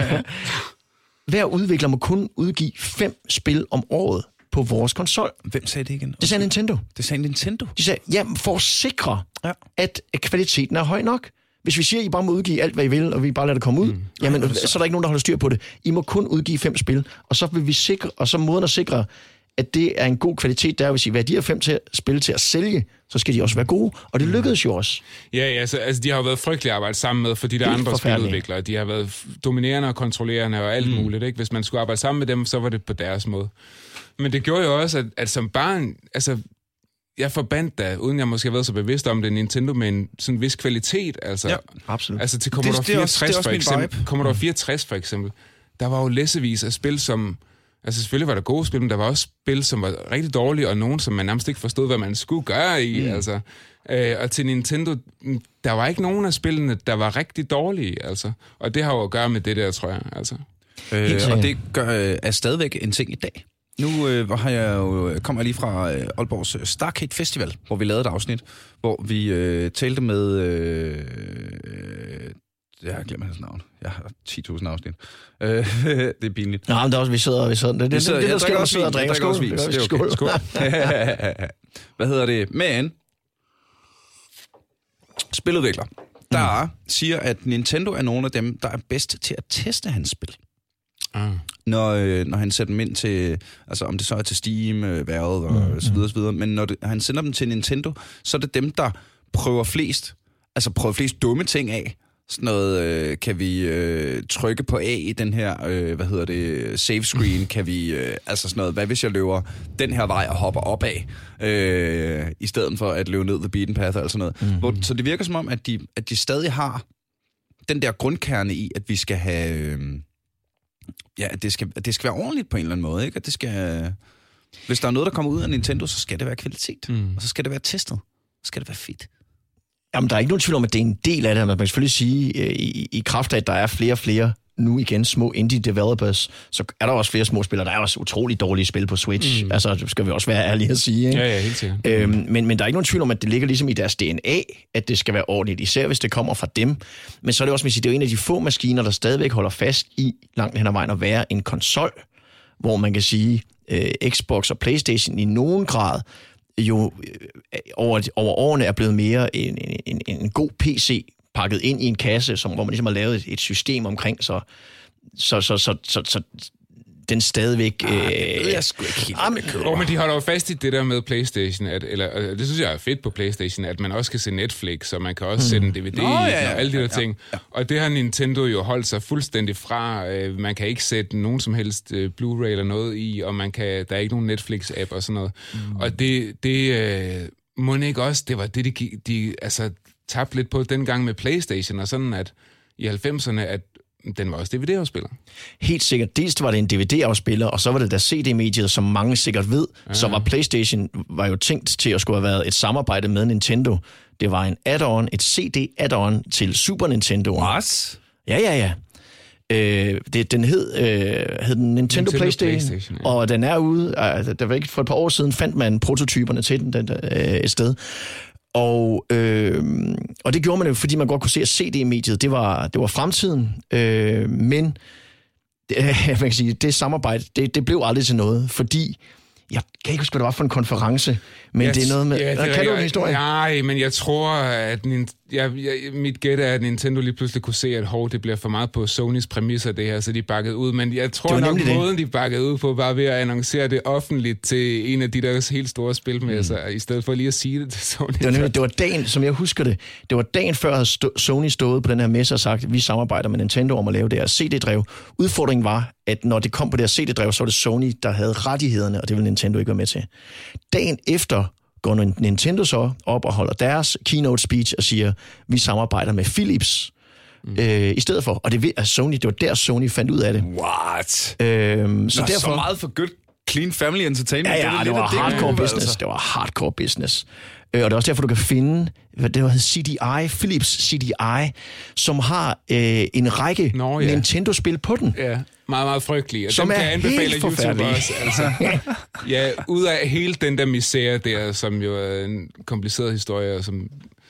Hver udvikler må kun udgive fem spil om året på vores konsol. Hvem sagde det igen? Det sagde Nintendo. Det sagde Nintendo? De sagde, ja, for at sikre, ja. at kvaliteten er høj nok. Hvis vi siger, at I bare må udgive alt, hvad I vil, og vi bare lader det komme ud, mm. jamen, så... så er der ikke nogen, der holder styr på det. I må kun udgive fem spil, og så vil vi sikre, og så måden at sikre, at det er en god kvalitet, der hvis I vil de her fem til at spille til at sælge, så skal de også være gode, og det lykkedes jo også. Ja, ja altså, altså de har jo været frygteligt arbejde sammen med, for de der Helt andre spiludviklere. De har været dominerende og kontrollerende og alt mm. muligt, ikke? Hvis man skulle arbejde sammen med dem, så var det på deres måde. Men det gjorde jo også, at, at som barn, altså, jeg forbandt da, uden jeg måske har været så bevidst om det, Nintendo med en sådan vis kvalitet, altså. Ja, absolut. Altså til Commodore fireogtres for eksempel, Commodore fireogtres for eksempel, der var jo læsevis af spil, som altså selvfølgelig var der gode spil, men der var også spil, som var rigtig dårlige, og nogen, som man nærmest ikke forstod, hvad man skulle gøre i. Mm. Altså. Øh, og til Nintendo, der var ikke nogen af spillene, der var rigtig dårlige. Altså. Og det har jo at gøre med det der, tror jeg. Altså. Øh, og det gør, er stadigvæk en ting i dag. Nu øh, har jeg jo, kommer jeg lige fra øh, Aalborgs Starcade Festival, hvor vi lavede et afsnit, hvor vi øh, talte med... Øh, øh, Jeg har glemt hans navn. Jeg har ti tusind afsnit. Øh, det er pinligt. Nej, men der er også, vi sidder, vi sidder. Det, det, det, det, det der sker, man sidder og drikker. Skål. Det er okay. Skål. Hvad hedder det? Men spiludvikler, der mm. siger, at Nintendo er nogle af dem, der er bedst til at teste hans spil. Ah. Når, øh, når han sætter dem ind til, altså om det så er til Steam, øh, Valve og mm. så videre, så videre. Men når det, han sender dem til Nintendo, så er det dem, der prøver flest, altså prøver flest dumme ting af, sådan noget, øh, kan vi øh, trykke på A i den her, øh, hvad hedder det, save screen, kan vi, øh, altså sådan noget, hvad hvis jeg løber den her vej og hopper op af, øh, i stedet for at løbe ned the beaten path og sådan noget. Mm-hmm. Hvor, så det virker som om, at de, at de stadig har den der grundkerne i, at vi skal have, øh, ja, at det skal, at det skal være ordentligt på en eller anden måde, ikke? At det skal, hvis der er noget, der kommer ud af Nintendo, så skal det være kvalitet, mm. og så skal det være testet, så skal det være fedt. Jamen, der er ikke nogen tvivl om, at det er en del af det. Man kan selvfølgelig sige, i, i kraft af, at der er flere og flere, nu igen små indie developers, så er der også flere små spillere. Der er også utrolig dårlige spil på Switch. Mm. Altså, det skal vi også være ærlige at sige. Ikke? Ja, ja, helt sikkert. Øhm, men, men der er ikke nogen tvivl om, at det ligger ligesom i deres D N A, at det skal være ordentligt, især hvis det kommer fra dem. Men så er det også, det er jo en af de få maskiner, der stadigvæk holder fast i, langt hen ad vejen, at være en konsol, hvor man kan sige, øh, Xbox og PlayStation i nogen grad jo over, over årene er blevet mere en, en, en, en god P C pakket ind i en kasse, som, hvor man ligesom har lavet et, et system omkring, så, så, så, så, så, så den stadigvæk... Ah, det ved jeg sgu ikke helt, ah, men, oh, men de holder jo fast i det der med PlayStation, at, eller det synes jeg er fedt på PlayStation, at man også kan se Netflix, og man kan også hmm. sætte en D V D Nå, ja, ja, og alle de der ja, ting. Ja, ja. Og det har Nintendo jo holdt sig fuldstændig fra. Man kan ikke sætte nogen som helst Blu-ray eller noget i, og man kan, der er ikke nogen Netflix-app og sådan noget. Mm. Og det, det uh, må ikke også, det var det, de, de altså, tabte lidt på dengang med PlayStation, og sådan at i halvfemserne, at den var også D V D-afspiller. Helt sikkert. Dels var det en D V D-afspiller, og så var det der C D-mediet, som mange sikkert ved. Ja. Så var PlayStation var jo tænkt til at skulle have været et samarbejde med Nintendo. Det var en add-on, et C D-add-on til Super Nintendo. What? Ja, ja, ja. Øh, det, den hed, øh, hed den Nintendo, Nintendo PlayStation, PlayStation ja. Og den er ude. Altså, der var ikke for et par år siden fandt man prototyperne til den, den der, øh, et sted. Og, øh, og det gjorde man jo, fordi man godt kunne se, at C D-mediet, det var, det var fremtiden. Øh, men det, man kan sige, det samarbejde, det, det blev aldrig til noget, fordi jeg kan ikke huske, hvad det var for en konference, men jeg, det er noget med... Ja, det kan du en historie? Nej, men jeg tror, at jeg, jeg, mit gæt er, at Nintendo lige pludselig kunne se, at hov, det bliver for meget på Sonys præmisser, det her, så de bakkede ud. Men jeg tror nok, måden de bakkede ud på, var ved at annoncere det offentligt til en af de der helt store spilmesser, mm. i stedet for lige at sige det til Sony. Det var, nemlig, det var dagen, som jeg husker det, det var dagen før, havde stå, Sony stået på den her messe og sagt, at vi samarbejder med Nintendo om at lave det her C D-drev. Udfordringen var, at når det kom på det her C D-drev, så var det Sony, der havde rettighederne, og det ville Nintendo ikke være med til. Dagen efter går Nintendo så op og holder deres keynote speech og siger, vi samarbejder med Philips mm. øh, i stedet for. Og det er Sony, det var der Sony fandt ud af det. What? Øhm, så, Nå, derfor, så meget for good, clean family entertainment. Ja, ja, det, det, det var hardcore business. Altså. Det var hardcore business. Øh, og det er også derfor, du kan finde, hvad det hedder, C D I, Philips C D I, som har øh, en række Nå, ja. Nintendo-spil på den. Ja. Meget, meget frygtelig. Og som dem er kan jeg anbefale helt YouTube også. Altså, ja, ud af hele den der misære der, som jo er en kompliceret historie, som,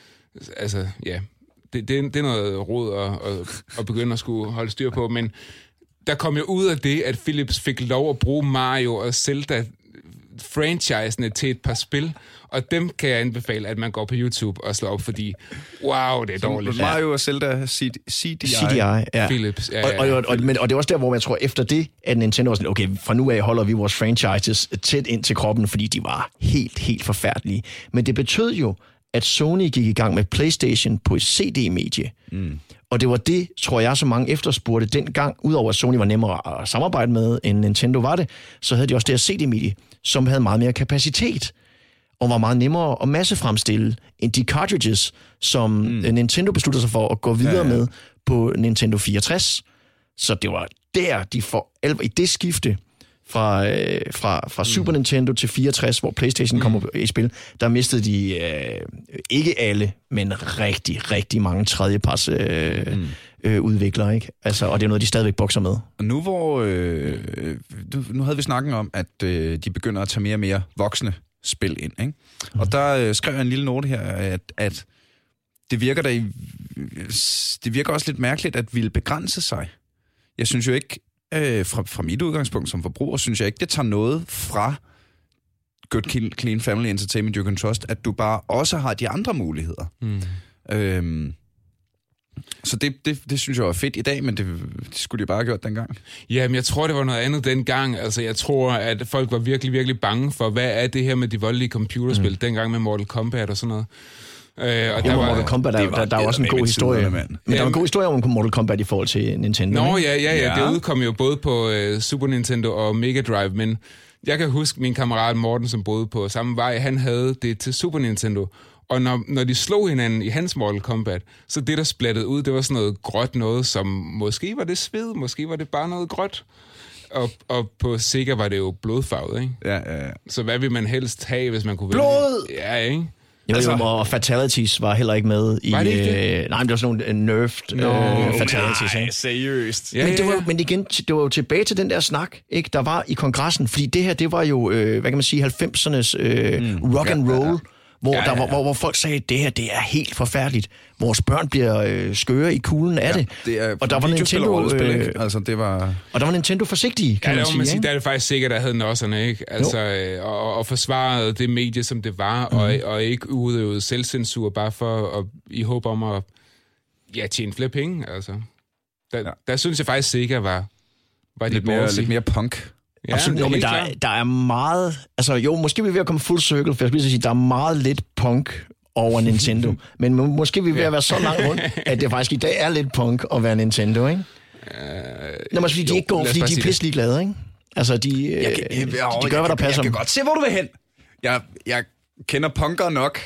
altså, ja, det, det, det er noget rod at, at, at begynde at skulle holde styr på, men der kom jo ud af det, at Philips fik lov at bruge Mario og Zelda franchisene til et par spil, og dem kan jeg anbefale, at man går på YouTube og slår op, fordi wow, det er dårligt. Så Mario og Zelda C D I. C D I, ja. Philips, ja, ja, og, og, og, men, og det er også der, hvor jeg tror, efter det, at Nintendo var sådan, okay, fra nu af holder vi vores franchises tæt ind til kroppen, fordi de var helt, helt forfærdelige. Men det betød jo, at Sony gik i gang med PlayStation på et C D-medie. Mm. Og det var det, tror jeg, så mange efterspurgte dengang. Udover at Sony var nemmere at samarbejde med, end Nintendo var det, så havde de også det her C D-medie, som havde meget mere kapacitet, og var meget nemmere at massefremstille end de cartridges, som mm. Nintendo besluttede sig for at gå videre ja, ja. med på Nintendo fireogtres. Så det var der, de for alvor, i det skifte fra, øh, fra, fra mm. Super Nintendo til fireogtres, hvor PlayStation mm. kommer i spil, der mistede de øh, ikke alle, men rigtig, rigtig mange tredjeparts øh, mm. øh, udviklere, ikke? Altså, og det er noget, de stadigvæk bokser med. Og nu hvor øh, nu havde vi snakket om, at øh, de begynder at tage mere og mere voksne spil ind, ikke? Mm. Og der øh, skrev jeg en lille note her, at, at det virker da, det virker også lidt mærkeligt at ville begrænse sig. Jeg synes jo ikke, øh, fra, fra mit udgangspunkt som forbruger, synes jeg ikke, det tager noget fra Good Clean Family Entertainment You Can Trust, at du bare også har de andre muligheder. Mm. Øhm, så det, det, det synes jeg var fedt i dag, men det, det skulle de bare have gjort dengang. Jamen, jeg tror, det var noget andet dengang. Altså, jeg tror, at folk var virkelig, virkelig bange for, hvad er det her med de voldelige computerspil, mm. dengang med Mortal Kombat og sådan noget. Øh, og Jo, der var, Mortal Kombat, der, der, der er også en god historie. Men der var en god historie om Mortal Kombat i forhold til Nintendo. Nå, ikke? ja, ja, ja, Ja. det udkom jo både på uh, Super Nintendo og Mega Drive, men jeg kan huske min kammerat Morten, som boede på samme vej, han havde det til Super Nintendo. Og når, når de slog hinanden i hans Mortal Kombat, så det, der splattede ud, det var sådan noget gråt noget, som måske var det sved, måske var det bare noget gråt. Og, og på Sega var det jo blodfarvet, ikke? Ja, ja, ja. Så hvad vil man helst have, hvis man kunne Blod! vælge? Ja, ikke? Jo, Altså- jo, og Fatalities var heller ikke med i... Var det ikke det? Øh, nej, men det var sådan nogle uh, nerfed Nå, uh, Fatalities. Nej, Ikke? seriøst. Ja, Men, det ja, var, ja. men igen, det var jo tilbage til den der snak, ikke, der var i kongressen. Fordi det her, det var jo, øh, hvad kan man sige, halvfemsernes øh, mm, rock and ja, roll, ja, ja. hvor, Ja, der, ja, var, ja. hvor, hvor folk sagde, det her, det er helt forfærdeligt. Vores børn bliver øh, skøre i kuglen af det. Det er Og der var videospil og Nintendo, rollespil, øh, ikke? Altså, det var... Og der var Nintendo forsigtige, kan Ja, man der, sige. man sige, ikke? der er det faktisk sikkert, der havde nosserne, ikke? Altså, øh, og, og forsvarede det medie, som det var, Mhm. mm. og, og ikke udøvede selvcensur, bare for at, i håb om at ja, tjene flere penge, altså. Der, Ja. ja. der synes jeg faktisk sikkert var, var de Lidt mere, ballsy. lidt mere punk. Ja, Absolut. det er Jo, men helt der, klart. er- der er meget... Altså jo, måske er vi ved at komme full circle, for jeg skulle lige sige, der er meget lidt punk over Nintendo. Men må, måske er vi ved at være så langt rundt, at det faktisk i dag er lidt punk at være Nintendo, ikke? Øh, Nå, men fordi de jo, ikke går, lad os fordi bare de er sige det. pisselig glade, ikke? Altså, de, øh, Jeg kan, de, de gør, hvad der passer Jeg dem. kan godt se, hvor du vil hen. Jeg, jeg kender punker nok.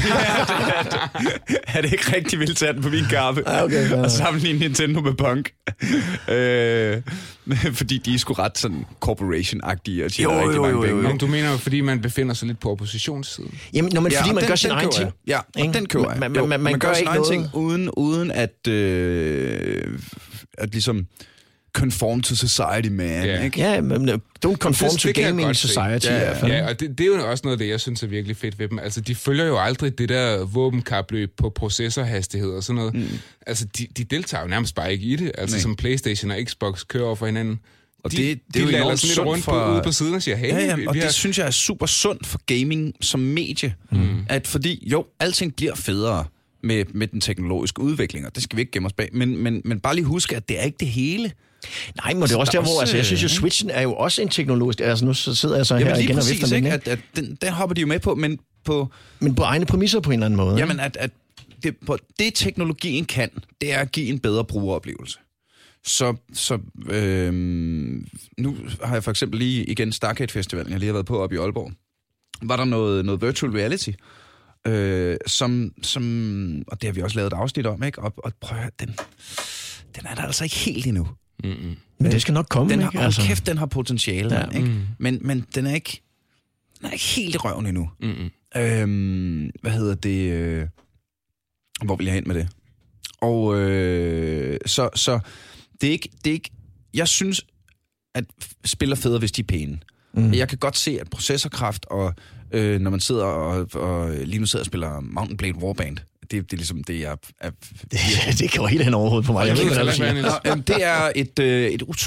er det ikke rigtig vildt tage den på min kappe? Ja, okay, fair. Og sammenligne Nintendo med punk. øh, fordi de er sgu ret sådan corporation-agtige og tjener Jo, rigtig jo, mange jo, penge. jo, Nå, men du mener jo, fordi man befinder sig lidt på oppositionssiden. Jamen, når man, fordi og man den- gør sin den egen køber ting. jeg. Ja, og Ikke? den køber jeg. Man- Jo, man- man gør sin ikke egen noget- ting, uden, uden at, øh, at ligesom conform to society, man. Ja. Ikke? Ja, men uh, don't conform Det- to det kan jeg gaming godt se. society. Ja, i ja. hvert fald. Ja, og det, det er jo også noget af det, jeg synes er virkelig fedt ved dem. Altså, de følger jo aldrig det der våbenkapløb på processorhastighed og sådan noget. Mm. Altså, de, de deltager jo nærmest bare ikke i det. Altså, Nej. som PlayStation og Xbox kører over for hinanden. Og de, det- det er de jo lader enormt sådan lidt sundt rundt for- på, ude på siden og siger, hey, Ja, ja, vi, og vi det har... synes jeg er super sundt for gaming som medie. Mm. At fordi, jo, alting bliver federe med, med den teknologiske udvikling, og det skal vi ikke gemme os bag. Men, men, men bare lige huske, at det er ikke det hele. Nej, men det er også Der der, er hvor... også, Altså, jeg synes jo, øh, Switchen er jo også en teknologisk... Altså, nu så sidder jeg så her Jamen lige igen og præcis, vifter med ikke? den, ikke? At, at den, den hopper de jo med på, men på... Men på egne præmisser på en eller anden måde. Jamen, at, at det, på, det teknologien kan, det er at give en bedre brugeroplevelse. Så, så øh, nu har jeg for eksempel lige igen Starcade Festivalen, jeg lige har været på oppe i Aalborg. Var der noget, noget virtual reality, øh, som, som, og det har vi også lavet et afsnit om, ikke? Og, og prøv at høre, den, den er der altså ikke helt endnu. Mm-mm. Men det skal nok komme, Den har, ikke? altså. Kæft, den har potentiale, Ja. ja. ikke? Mm. Men, men den er ikke, den er ikke helt i røven endnu. Mm-mm. Øhm, hvad hedder det? Øh, hvor vil jeg hen med det? Og øh, så, så det er ikke, det er ikke, jeg synes, at spil er federe, hvis de er pæne. Mm. Jeg kan godt se, at processorkraft, og øh, når man sidder og, og lige nu sidder og spiller Mountain Blade Warband, det, det er ligesom det, jeg er... Det, det går helt hen overhovedet på mig. Jeg ved ikke, hvad du siger. Niels. Nå, jamen, det er et... Øh, et ut-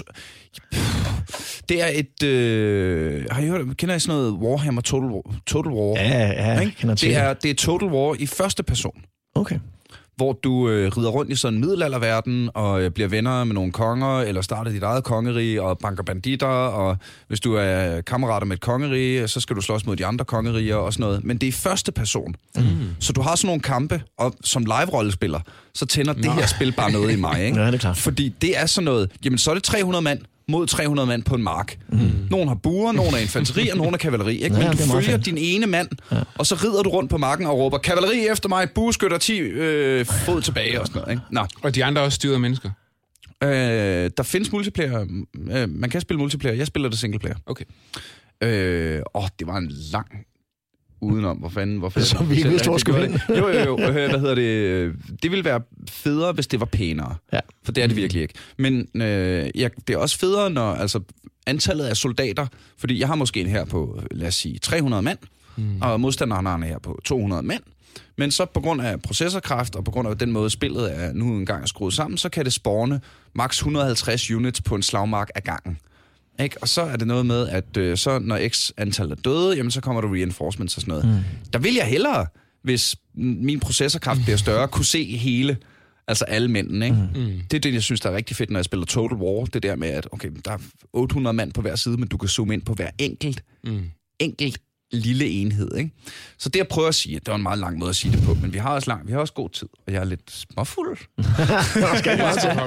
det er et... Øh, har I hørt, kender I sådan noget Warhammer Total War? Total War? Ja, ja, jeg ikke? kender til det er, det er Total War i første person, Okay. hvor du øh, rider rundt i sådan en middelalderverden og øh, bliver venner med nogle konger, eller starter dit eget kongerige og banker banditter, og hvis du er kammerater med et kongerige, så skal du slås mod de andre kongeriger og sådan noget. Men det er i første person. Mm. Så du har sådan nogle kampe, og som live-rollespiller, så tænder Nå. det her spil bare noget i mig, ikke? Ja, det er klart. Fordi det er sådan noget, jamen så er det tre hundrede mand mod tre hundrede mand på en mark. Mm. Nogle har buer, nogle er infanteri, og nogle er kavaleri. Ikke? Ja, Men du det er meget følger fedt. din ene mand, ja. og så rider du rundt på marken og råber, kavaleri efter mig, bueskytter ti øh, fod tilbage og sådan noget. Ikke? Nå. Og de andre er også styret af mennesker. Øh, der findes multiplayer. Øh, man kan spille multiplayer. Jeg spiller det singleplayer. Okay. Øh, åh, det var en lang udenom. Hvor fanden? Hvorfor Så vi ikke vidste, hvor skulle hen. Jo, jo, jo. Øh, Hvad hedder det? Det ville være federe, hvis det var pænere. Ja. For det er det virkelig ikke. Men øh, ja, det er også federe, når altså, antallet af soldater, fordi jeg har måske en her på, lad os sige, tre hundrede mand, mm. og modstanderen har en her på to hundrede mand. Men så på grund af processorkraft, og på grund af den måde, spillet er nu engang skruet sammen, så kan det spawne maks et hundrede og halvtreds units på en slagmark ad gangen. Ikke? Og så er det noget med, at øh, så når x antal er døde, jamen så kommer der reinforcements og sådan noget. Mm. Der vil jeg hellere, hvis min processorkraft bliver større, kunne se hele, altså alle mændene. Ikke? Mm. Det er det, jeg synes, der er rigtig fedt, når jeg spiller Total War. Det der med, at okay, der er otte hundrede mand på hver side, men du kan zoome ind på hver enkelt, mm. enkelt lille enhed, ikke? Så det, jeg prøver at sige, det var en meget lang måde at sige det på, men vi har også lang, vi har også god tid, og jeg er lidt småfuld. Der skal ikke meget til.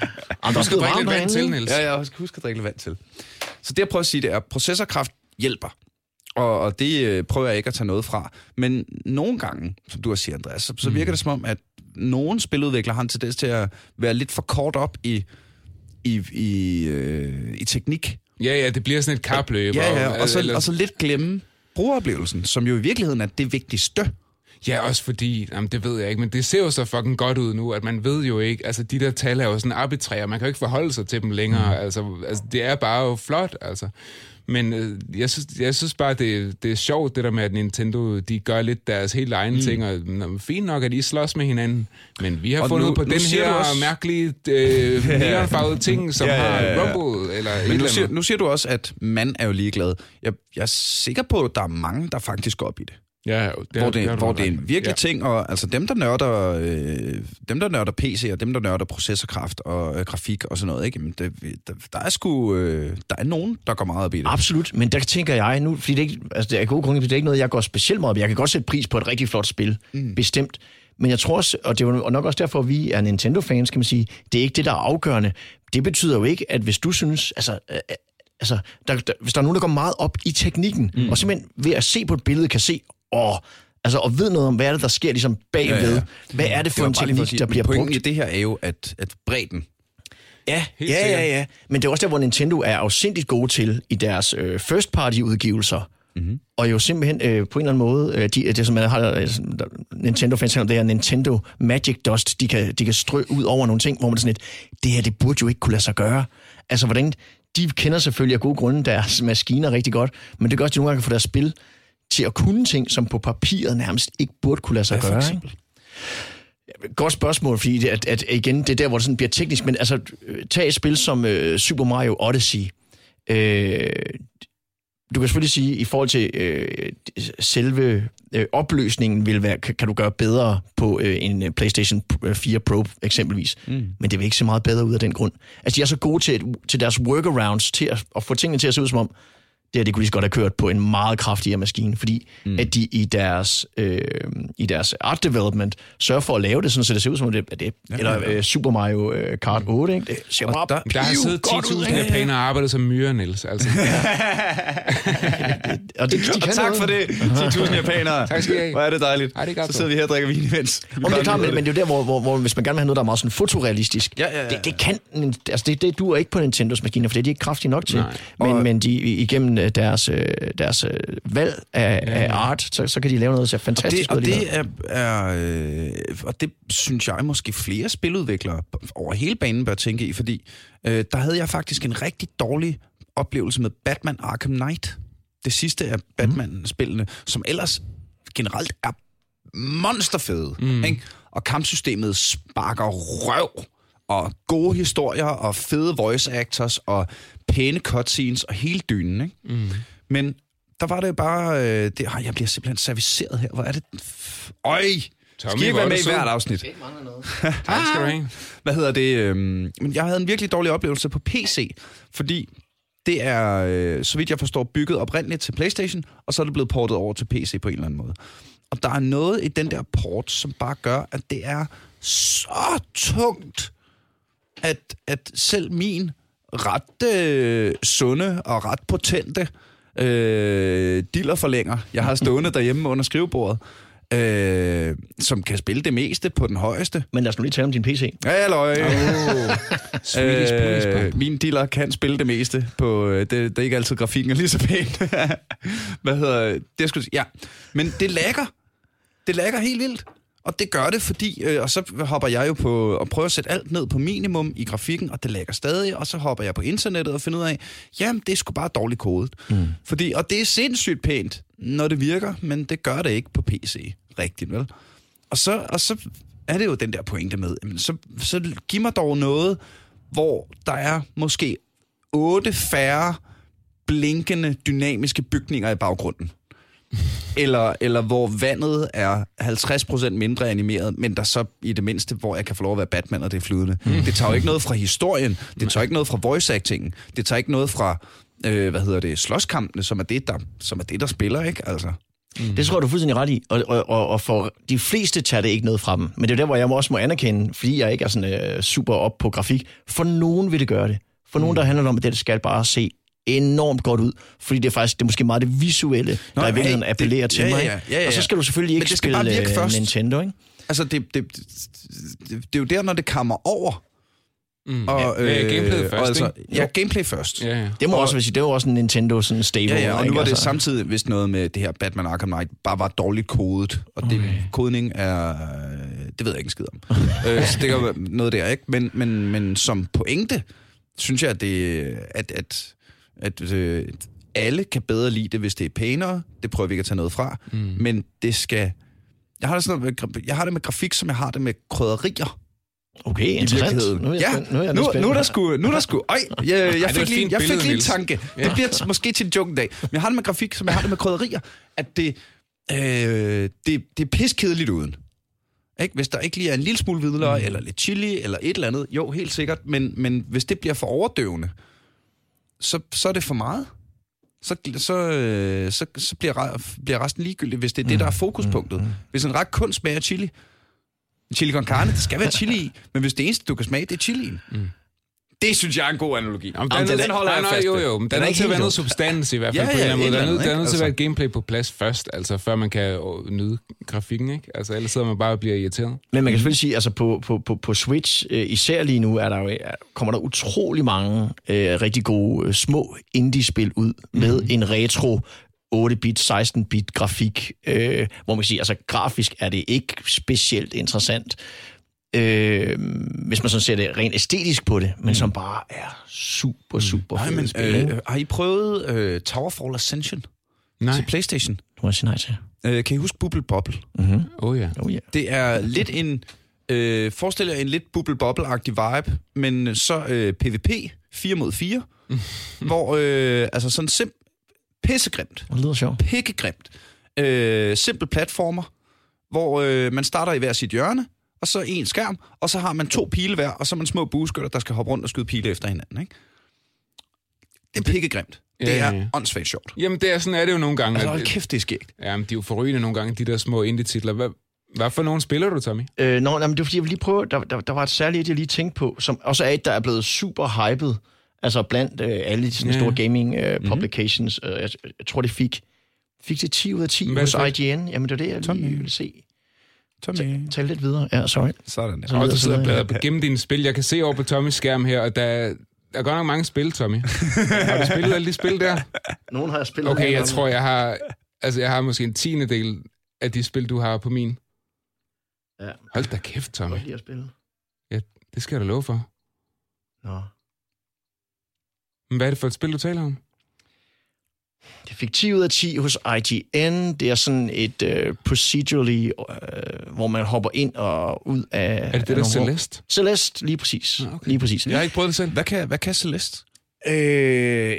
Du skal drikke lidt vand til, Niels. Ja, jeg skal huske at drikke lidt vand til. Så det, jeg prøver at sige, det er, at processorkraft hjælper. Og, og det øh, prøver jeg ikke at tage noget fra. Men nogle gange, som du har sagt, Andreas, så, så virker det som om, at nogle spiludviklere har en tendens til at være lidt for kort op i, i, i, øh, i teknik. Ja, ja, det bliver sådan et kapløb. Ja, ja, og, og, så, eller... og så lidt glemme brugeroplevelsen, som jo i virkeligheden er det vigtigste. Ja, også fordi, jamen det ved jeg ikke, men det ser jo så fucking godt ud nu, at man ved jo ikke, altså de der tal er jo sådan arbitrære, man kan jo ikke forholde sig til dem længere, mm. altså, altså det er bare jo flot, altså. Men øh, jeg, synes, jeg synes bare, det, det er sjovt, det der med, at Nintendo, de gør lidt deres helt egne mm. ting, og nå, fint nok, at I slås med hinanden, men vi har og fundet nu, på den her også... mærkelige øh, neonfarvede ting, som ja, ja, ja, ja. har Rumble, eller men nu siger, nu siger du også, at man er jo ligeglad. Jeg, jeg er sikker på, at der er mange, der faktisk går op i det. Ja, det hvor det, det, hvor det er en virkelig ja. ting, og altså dem, der nørder, øh, dem, der nørder P C, og dem, der nørder processorkraft og øh, grafik og sådan noget, ikke? Men det, der, der er sgu, øh, der er nogen, der går meget op i det. Absolut, men der tænker jeg nu, fordi det ikke, altså det er gode grunde, det er ikke noget, jeg går specielt meget op i. Jeg kan godt sætte pris på et rigtig flot spil, mm. bestemt. Men jeg tror også, og det er nok også derfor, at vi er Nintendo-fans, kan man sige, det er ikke det, der er afgørende. Det betyder jo ikke, at hvis du synes, altså... Øh, altså der, der, hvis der er nogen, der går meget op i teknikken, mm. og simpelthen ved at se på et billede, kan se, åh, altså, og ved noget om, hvad er det, der sker ligesom bagved. Ja, ja. Hvad er det for det en teknik, sige, der bliver brugt? Pointen i det her er jo, at, at bredden... Ja, ja, ja, ja. Men det er også der, hvor Nintendo er afsindigt gode til i deres øh, first-party-udgivelser. Mm-hmm. Og jo simpelthen øh, på en eller anden måde, øh, de, det som man har, øh, Nintendo-fans, det er Nintendo Magic Dust, de kan, de kan strø ud over nogle ting, hvor man sådan lidt, det her, det burde jo ikke kunne lade sig gøre. Altså, hvordan... De kender selvfølgelig af gode grunde deres maskiner rigtig godt, men det gør også, at de nogle gange kan få deres spil til at kunne ting, som på papiret nærmest ikke burde kunne lade sig ja, gøre. Ikke? Godt spørgsmål, fordi det, at, at igen, det er der, hvor det sådan bliver teknisk, men altså, tag et spil som uh, Super Mario Odyssey. Uh, du kan selvfølgelig sige, i forhold til uh, selve uh, opløsningen, vil være, kan, kan du gøre bedre på uh, en PlayStation fire Pro eksempelvis, mm. men det vil ikke se meget bedre ud af den grund. Altså, de er så gode til, til deres workarounds, til at, at få tingene til at se ud som om, det her, det kunne lige så godt have kørt på en meget kraftigere maskine, fordi mm. at de i deres, øh, i deres art development sørger for at lave det, sådan, så det ser ud som det er det. Ja, eller ja, ja. Øh, Super Mario øh, Kart otte, ikke? Det ser bare der, der har siddet ti tusind japanere og arbejdet som myrer, Niels. Altså. og, det, de og tak noget. For det, ti tusind japanere. Tak skal I have. Hvor er det dejligt. Ej, det er så sidder vi her og drikker vin imens. Om det er klart, men, men det er jo der, hvor, hvor, hvor hvis man gerne vil have noget, der er meget sådan fotorealistisk, ja, ja, ja. Det, det kan, altså det, det duer ikke på Nintendos maskiner, for det er de ikke kraftige nok til. Men, og, men de igennem deres, deres valg af, ja, ja. af art, så, så kan de lave noget, der ser fantastisk ud. Og det, og det er, er øh, og det synes jeg måske flere spiludviklere over hele banen bør tænke i, fordi øh, der havde jeg faktisk en rigtig dårlig oplevelse med Batman Arkham Knight. Det sidste af Batman-spillene, som ellers generelt er monsterfede, mm. ikke? Og kampsystemet sparker røv, og gode historier, og fede voice actors, og pæne cutscenes, og hele dynen, ikke? Mm. Men der var det bare... Øh, det, øh, jeg bliver simpelthen serviceret her. Hvor er det? Øj! Tommy, skal I være med i hvert afsnit? Det mangler noget. Tak skal du have. Hvad hedder det? Øh, men jeg havde en virkelig dårlig oplevelse på P C, fordi det er, øh, så vidt jeg forstår, bygget oprindeligt til PlayStation, og så er det blevet portet over til P C på en eller anden måde. Og der er noget i den der port, som bare gør, at det er så tungt, at, at selv min ret øh, sunde og ret potente øh, dillerforlænger, jeg har stående derhjemme under skrivebordet, øh, som kan spille det meste på den højeste. Men lad os nu lige tale om din P C. Ja, løg. Oh. øh, min diller kan spille det meste på... Det, det er ikke altid grafikken er lige så pæn. Hvad hedder det? Skulle, ja. Men det lagger. Det lagger helt vildt. Og det gør det, fordi... Øh, og så hopper jeg jo på og prøver at sætte alt ned på minimum i grafikken, og det lagger stadig. Og så hopper jeg på internettet og finder ud af, jamen, det er sgu bare dårligt kodet. Mm. Fordi, og det er sindssygt pænt, når det virker, men det gør det ikke på P C. Rigtigt, vel? Og så, og så er det jo den der pointe med, jamen, så, så giv mig dog noget, hvor der er måske otte færre blinkende, dynamiske bygninger i baggrunden. Eller, eller hvor vandet er halvtreds procent mindre animeret, men der så i det mindste, hvor jeg kan få lov at være Batman, og det er flydende. Mm. Det tager jo ikke noget fra historien, det tager ikke noget fra voice actingen, det tager ikke noget fra øh, hvad hedder det, slåskampene, som er det, der, som er det, der spiller, ikke? Altså. Mm. Det tror jeg, du er fuldstændig ret i, og, og, og for de fleste tager det ikke noget fra dem. Men det er der, hvor jeg også må anerkende, fordi jeg ikke er sådan uh, super op på grafik. For nogen vil det gøre det. For nogen, mm. der handler om, at det skal bare se enormt godt ud, fordi det er faktisk det er måske meget det visuelle, Nå, der i virkeligheden appellerer til ja, mig. Ja, ja, ja, ja. Og så skal du selvfølgelig ikke spille Nintendo, ikke? Altså, det, det, det, det er jo der, når det kommer over. Mm. Og, ja, ja, gameplay først, altså, ikke? Ja, gameplay først. Ja, ja. Det må og, også sige, det var også en Nintendo sådan stable. Ja, ja, og nu ikke? var det altså. samtidig, hvis noget med det her Batman Arkham Knight bare var dårligt kodet, og det, okay. kodning er, det ved jeg ikke en skid om. øh, så det kan noget der, ikke? Men, men, men som pointe, synes jeg, at, det, at, at, at øh, alle kan bedre lide det, hvis det er pænere. Det prøver vi ikke at tage noget fra. Mm. Men det skal... Jeg har det, sådan noget, jeg har det med grafik, som jeg har det med krydderier. Okay, interessant. Nu er jeg, ja, nu, er jeg nu, nu er der sgu, nu er der sgu, øj, jeg, jeg, jeg fik lige, jeg fik lige en tanke. Ja. Det bliver måske til en joke en dag. Men jeg har det med grafik, som jeg har det med krydderier, at det, øh, det, det er piskedeligt uden. Ikke? Hvis der ikke lige er en lille smule hvidløg, mm. eller lidt chili, eller et eller andet, jo, helt sikkert, men, men hvis det bliver for overdøvende, så, så er det for meget. Så, så, så, så bliver, bliver resten ligegyldigt, hvis det er det, der er fokuspunktet. Hvis en ret kun smager chili, chili con carne, det skal være chili i, men hvis det eneste, du kan smage, det er chilien. Mm. Det synes jeg er en god analogi. Jamen, der, den, den holder jeg fast. Jo, jo, men der er nødt til at være noget substans i hvert fald. Ja, ja, på en eller anden måde. Der er nødt, der er nødt til at være et gameplay på plads først, altså før man kan nyde grafikken, ikke? Altså ellers sidder man bare og bliver irriteret. Men man kan selvfølgelig sige, altså på, på, på, på Switch, øh, især lige nu, er der jo, kommer der utrolig mange øh, rigtig gode øh, små indie-spil ud med mm. en retro otte-bit, seksten-bit grafik, øh, hvor man kan sige, altså grafisk er det ikke specielt interessant, øh, hvis man sådan ser det rent æstetisk på det, men mm. som bare er super, super mm. fedt spil. Øh, har I prøvet øh, Towerfall Ascension nej. til PlayStation? Du må jeg sige nej til. Øh, kan I huske Bubble Bobble? Mm-hmm. Oh, yeah. Oh, yeah. Det er lidt en, øh, forestil jer en lidt Bubble Bobble-agtig vibe, men så øh, PvP, fire mod fire, hvor øh, altså sådan simpelt pissegrimt. Det lyder sjovt. Pikkegrimt. Øh, simpel platformer, hvor øh, man starter i hver sit hjørne, og så en skærm, og så har man to pile hver, og så er man små bueskytter, der skal hoppe rundt og skyde pile efter hinanden, ikke? Det er pikkegrimt. Det ja, er ja. åndssvagt sjovt. Jamen, det er sådan er det jo nogle gange. Altså, hold kæft, det er skægt. Jamen, de er jo forrygende nogle gange, de der små indie-titler. Hvad, hvad for nogle spiller du, Tommy? Øh, nå, nej, men det var fordi, jeg ville lige prøve, der, der, der var et særligt, jeg lige tænkte på, som også er et, der er blevet super hyped, altså blandt øh, alle de sådan ja. store gaming øh, publications. Mm-hmm. Øh, jeg, jeg tror, det fik, fik det ti ud af ti hos I G N. Jamen, det var det, jeg lige Tommy. ville se. Tommy. Tal lidt videre. Ja, sorry. Sådan. Så og du sidder og bladrer gennem dine spil. Jeg kan se over på Tommys skærm her, og der, der er godt nok mange spil, Tommy. Har du spillet alle de spil der? Nogle har jeg spillet. Okay, jeg tror, jeg har, altså, jeg har måske en tiende del af de spil, du har på min. Ja. Hold da kæft, Tommy. Jeg kan godt lide at spille. Ja, det skal jeg da love for. Nå. Men hvad er det for et spil, du taler om? Det fik ti ud af ti hos I G N. Det er sådan et uh, procedurally, uh, hvor man hopper ind og ud af... Er det det der Celeste? Rum. Celeste, lige præcis. Ah, okay. Lige præcis. Jeg har ikke prøvet det selv. Hvad kan, hvad kan Celeste? Øh,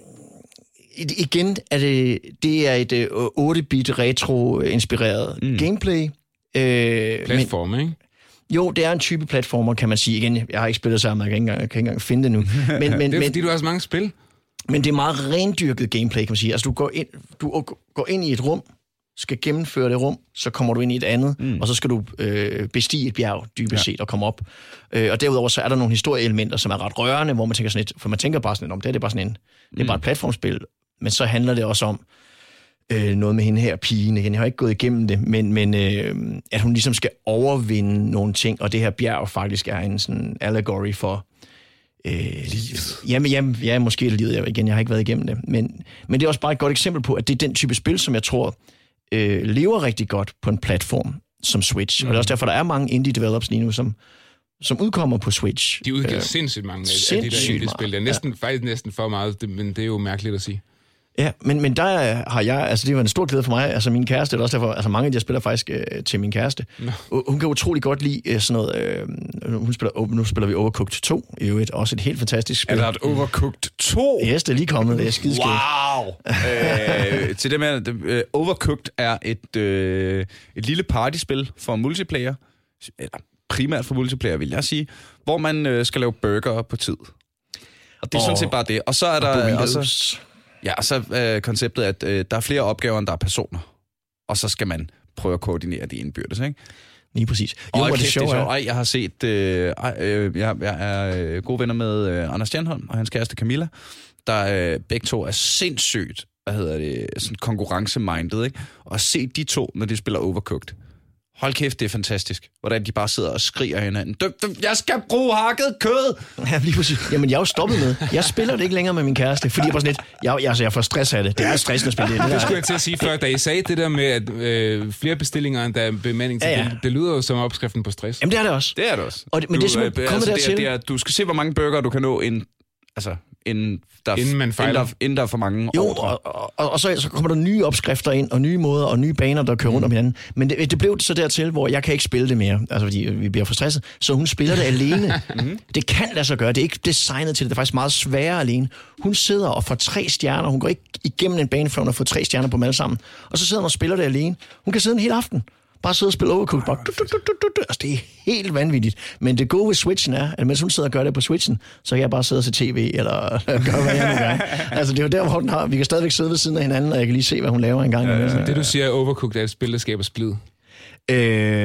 igen er det, det er et uh, otte-bit retro-inspireret mm. gameplay. Øh, Platform, men, ikke? Jo, det er en type platformer, kan man sige. Igen, jeg har ikke spillet sammen, jeg kan ikke engang, jeg kan ikke engang finde det nu. Men, men, det er men, fordi, du har så mange spil. Men det er meget rendyrket gameplay, kan man sige. Altså, du går ind, du går ind i et rum, skal gennemføre det rum, så kommer du ind i et andet, mm. og så skal du øh, bestige et bjerg, dybest set, ja. og komme op. Øh, og derudover så er der nogle historieelementer, som er ret rørende, hvor man tænker sådan lidt, for man tænker bare sådan lidt om, det er det bare sådan en, det er bare et platformspil, men så handler det også om øh, noget med hende her, pigen. Jeg har ikke gået igennem det, men, men øh, at hun ligesom skal overvinde nogle ting, og det her bjerg faktisk er en sådan allegory for Øh, livet. Jamen, jamen, ja, måske er det livet. Jeg, igen, jeg har ikke været igennem det. Men, men det er også bare et godt eksempel på, at det er den type spil, som jeg tror øh, lever rigtig godt på en platform som Switch. Mm. Og det er også derfor, der er mange indie-developers lige nu, som, som udkommer på Switch. De udgiver øh, sindssygt mange af, af de der indie-spil. Det er næsten, ja. faktisk næsten for meget, det, men det er jo mærkeligt at sige. Ja, men, men der har jeg, altså det var en stor glæde for mig, altså min kæreste, det er også derfor, altså mange af de, jeg spiller faktisk øh, til min kæreste. No. Hun kan utrolig godt lide øh, sådan noget, øh, hun spiller, nu spiller vi Overcooked to, i øvrigt også et helt fantastisk spil. Er der et Overcooked to? Yes, det er lige kommet, det er skideskægt. Wow! øh, til det med, uh, Overcooked er et, øh, et lille partyspil for multiplayer, eller primært for multiplayer, vil jeg sige, hvor man øh, skal lave burger på tid. Og det er sådan set bare det. Og så er der... Og så, ja, og så er øh, konceptet, at øh, der er flere opgaver, end der er personer. Og så skal man prøve at koordinere de indbyrdes, ikke? Lige præcis. Jo, og det, det er sjovt. Ej, jeg har set... Øh, øh, jeg, jeg er gode venner med øh, Anders Stjernholm og hans kæreste Camilla, der øh, begge to er sindssygt, hvad hedder det, sådan konkurrence-minded, ikke? Og at se de to, når de spiller Overcooked. Hold kæft, det er fantastisk. Hvordan de bare sidder og skriger hinanden. Døm, døm, jeg skal bruge hakket kød! Ja, lige præcis. Jamen, jeg er jo stoppet med. Jeg spiller det ikke længere med min kæreste, fordi jeg bare sådan lidt, jeg, jeg, altså, jeg får stress af det. Det er stressende at spille det. Det skulle jeg til at sige før, da I sagde det der med at øh, flere bestillinger, end der er bemanding til. Ja, ja. Det, det lyder jo som opskriften på stress. Jamen, det er det også. Det er det også. Og det, men du, det er simpelthen øh, kommet altså, dertil. Det er, det er, du skal se, hvor mange burger du kan nå ind, altså, inden der, inden man fejler. Inden der, inden der er for mange jo, ordre. og, og, og så, så kommer der nye opskrifter ind, og nye måder, og nye baner, der kører rundt om hinanden. Men det, det blev så dertil, hvor jeg kan ikke spille det mere, altså fordi vi bliver for stresset, så hun spiller det alene. Det kan lade sig gøre, det er ikke designet til det, det er faktisk meget sværere alene. Hun sidder og får tre stjerner, hun går ikke igennem en bane, før hun har fået tre stjerner på dem alle sammen. Og så sidder hun og spiller det alene. Hun kan sidde en hel aften. Bare sidde og spille Overcooked. Bare, du, du, du, du, du. Altså, det er helt vanvittigt. Men det gode ved Switchen er, at mens hun sidder og gør det på Switchen, så kan jeg bare sidde og se tv, eller gøre, hvad jeg nu gør. Altså, det er jo der, hvor den har. Vi kan stadigvæk sidde ved siden af hinanden, og jeg kan lige se, hvad hun laver en gang. Ja, ja. Det, du siger, Overcooked er et spil, der skaber splid. Øh,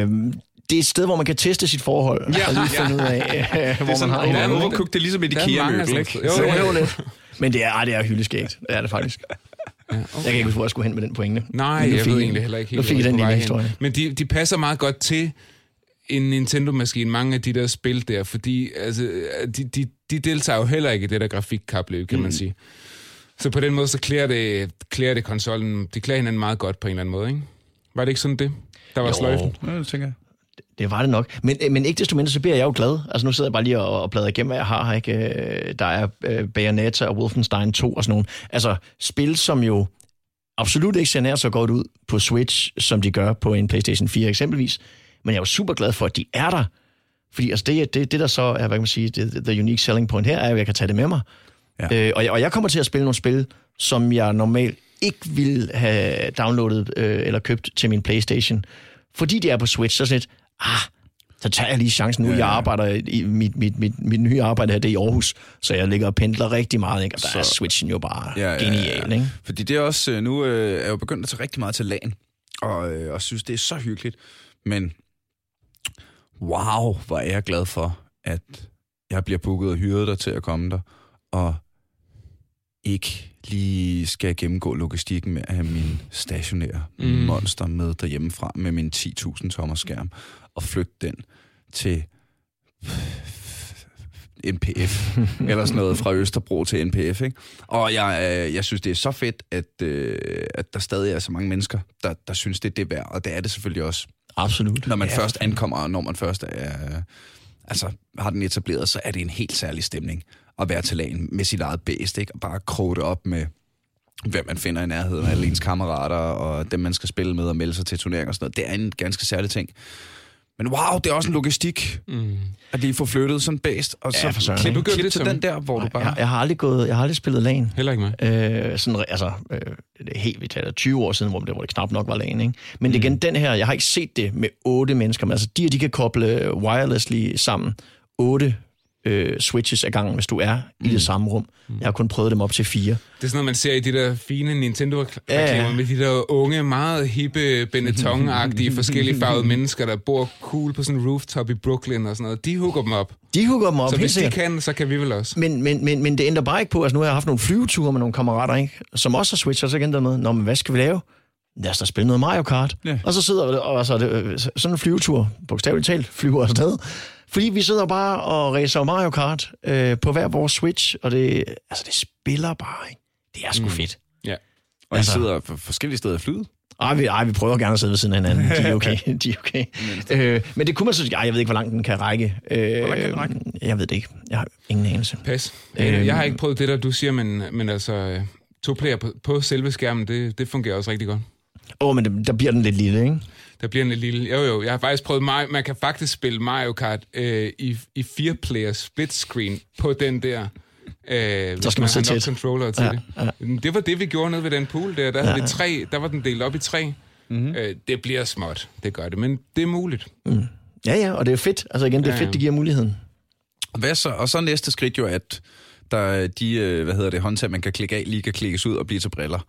det er et sted, hvor man kan teste sit forhold, ja, og lige finde ud af, øh, hvor sådan, man har. Ja, Overcooked, det er ligesom et IKEA-møbel, ikke? Jo, jo, jo, lidt. Men det er, ej, det er hyldeskægt. Det er det faktisk. Ja, okay. Jeg kan ikke huske, hvor jeg skulle hen med den pointe. Nej, jeg ved egentlig heller ikke helt, nu fik den lille historie. Men de, de passer meget godt til en Nintendo-maskine, mange af de der spil der, fordi altså, de, de, de deltager jo heller ikke i det der grafikkapløb, kan mm. man sige. Så på den måde, så klæder det, klæder det konsollen, de klæder hinanden meget godt på en eller anden måde, ikke? Var det ikke sådan det, der var jo. Sløjfen? Ja, det tænker jeg. Det var det nok. Men, men ikke desto mindre, så bliver jeg jo glad. Altså nu sidder jeg bare lige og, og bladrer igennem, hvad jeg har her, ikke? Der er uh, Bayonetta og Wolfenstein to og sådan nogle. Altså spil, som jo absolut ikke ser nær så godt ud på Switch, som de gør på en PlayStation fire eksempelvis. Men jeg er jo super glad for, at de er der. Fordi altså, det, det, det der så er, hvad kan man sige, det, the unique selling point her, er, at jeg kan tage det med mig. Ja. Øh, og, jeg, og jeg kommer til at spille nogle spil, som jeg normalt ikke ville have downloadet øh, eller købt til min PlayStation. Fordi det er på Switch, så sådan lidt, ah, så tager jeg lige chancen nu. Ja, ja. Jeg arbejder i mit, mit, mit, mit nye arbejde her, det er i Aarhus, så jeg ligger og pendler rigtig meget, ikke? Og der så, er Switchen jo bare ja, ja, genial, ja, ja. Ikke? Fordi det er også, nu øh, er jeg jo begyndt at tage rigtig meget til LAN, og, øh, og synes, det er så hyggeligt. Men wow, hvor er jeg glad for, at jeg bliver booket og hyret der til at komme der, og ikke lige skal gennemgå logistikken med at have min stationære mm. monster med derhjemmefra med min ti tusind tommer skærm og flytte den til N P F eller sådan noget fra Østerbro til N P F, ikke? Og jeg, øh, jeg synes, det er så fedt, at, øh, at der stadig er så mange mennesker, der, der synes, det er det værd, og det er det selvfølgelig også. Absolut. Når man ja, først ankommer, og når man først er, altså, har den etableret, så er det en helt særlig stemning at være til LAN med sit eget bæst, ikke? Og bare kroge det op med, hvem man finder i nærheden af alle ens kammerater, og dem, man skal spille med og melde sig til turneringer og sådan noget. Det er en ganske særlig ting. Men wow, det er også en logistik, mm. at lige få flyttet sådan bæst, og ja, så klip, klip til som... den der, hvor Nej, du bare... Jeg, jeg har aldrig gået, jeg har aldrig spillet LAN. Heller ikke mig. Øh, sådan, altså, øh, det er helt, vi taler tyve år siden, hvor det, hvor det knap nok var LAN, ikke? Men mm. det igen, den her, jeg har ikke set det med otte mennesker, men altså, de, de kan koble wirelessly sammen. Otte øh, switches ad gangen, hvis du er mm. i det samme rum. Jeg har kun prøvet dem op til fire. Det er sådan noget, man ser i de der fine Nintendo-reklamer ja, ja. med de der unge, meget hippe, Benetton-agtige, forskellige farvede mennesker, der bor cool på sådan en rooftop i Brooklyn og sådan noget. De hooker dem op. De hooker dem op, så hvis de kan, så kan vi vel også. Men, men, men, men det ændrer bare ikke på, altså nu har jeg haft nogle flyveture med nogle kammerater, ikke? Som også har switchet, og så igen der noget. Nå, men hvad skal vi lave? Lad os da spille noget Mario Kart. Ja. Og så sidder og altså, det, sådan en flyvetur, bogstaveligt talt, flyver afsted. Fordi vi sidder bare og racer Mario Kart øh, på hver vores Switch, og det, altså, det spiller bare, ikke? Det er sgu mm. fedt. Ja. Og altså, I sidder på forskellige steder i flyet? Ej vi, ej, vi prøver gerne at sidde ved siden af hinanden. De er okay. De er okay. øh, men det kunne man så... Ej, jeg ved ikke, hvor langt den kan række. Øh, hvor langt kan den række? Jeg ved det ikke. Jeg har ingen anelse. Pas. Øh, jeg har ikke prøvet det der, du siger, men, men altså... To player på, på selve skærmen, det, det fungerer også rigtig godt. Åh, oh, men det, der bliver den lidt lille, ikke? Der bliver en lidt lille... Jo, jo. Jeg har faktisk prøvet... Mario, man kan faktisk spille Mario Kart øh, i, i fire player split screen på den der... Øh, så skal man sætte controller til ja, det. Ja. Det var det, vi gjorde nede ved den pool der. Der, ja. havde vi tre, der var den delt op i tre. Mm-hmm. Øh, det bliver småt, det gør det, men det er muligt. Mm. Ja, ja, og det er fedt. Altså igen, det er ja, fedt, det giver muligheden. Hvad så? Og så næste skridt jo, at der de, øh, hvad hedder det, håndtag, man kan klikke af, lige kan klikkes ud og blive til briller.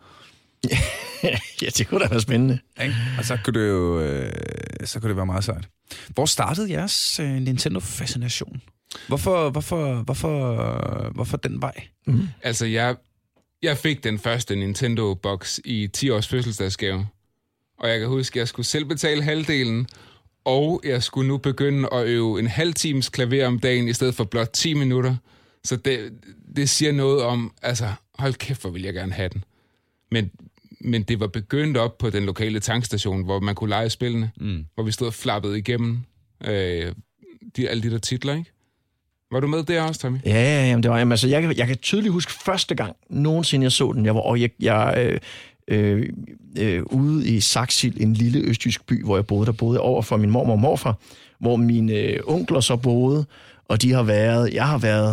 Ja, det kunne da være spændende. Ikke? Og så kunne det jo øh, så kunne det være meget sejt. Hvor startede jeres øh, Nintendo-fascination? Hvorfor, hvorfor, hvorfor, hvorfor den vej? Mm. Altså, jeg, jeg fik den første Nintendo-box i ti års fødselsdagsgave. Og jeg kan huske, at jeg skulle selv betale halvdelen, og jeg skulle nu begynde at øve en halv times klaver om dagen, i stedet for blot ti minutter. Så det, det siger noget om, altså, hold kæft, hvor vil jeg gerne have den. Men, men det var begyndt op på den lokale tankstation, hvor man kunne lege spillene, mm. hvor vi stod og flappede igennem øh, de, alle de der titler, ikke? Var du med der også, Tommy? Ja, ja, ja, det var, jamen, altså, jeg, kan, jeg kan tydeligt huske første gang, nogensinde jeg så den, jeg var, og jeg, jeg øh, øh, øh, ude i Saxil, en lille østjysk by, hvor jeg boede, der boede over for min mormor og morfar, hvor mine øh, onkler så boede, og de har været, jeg har været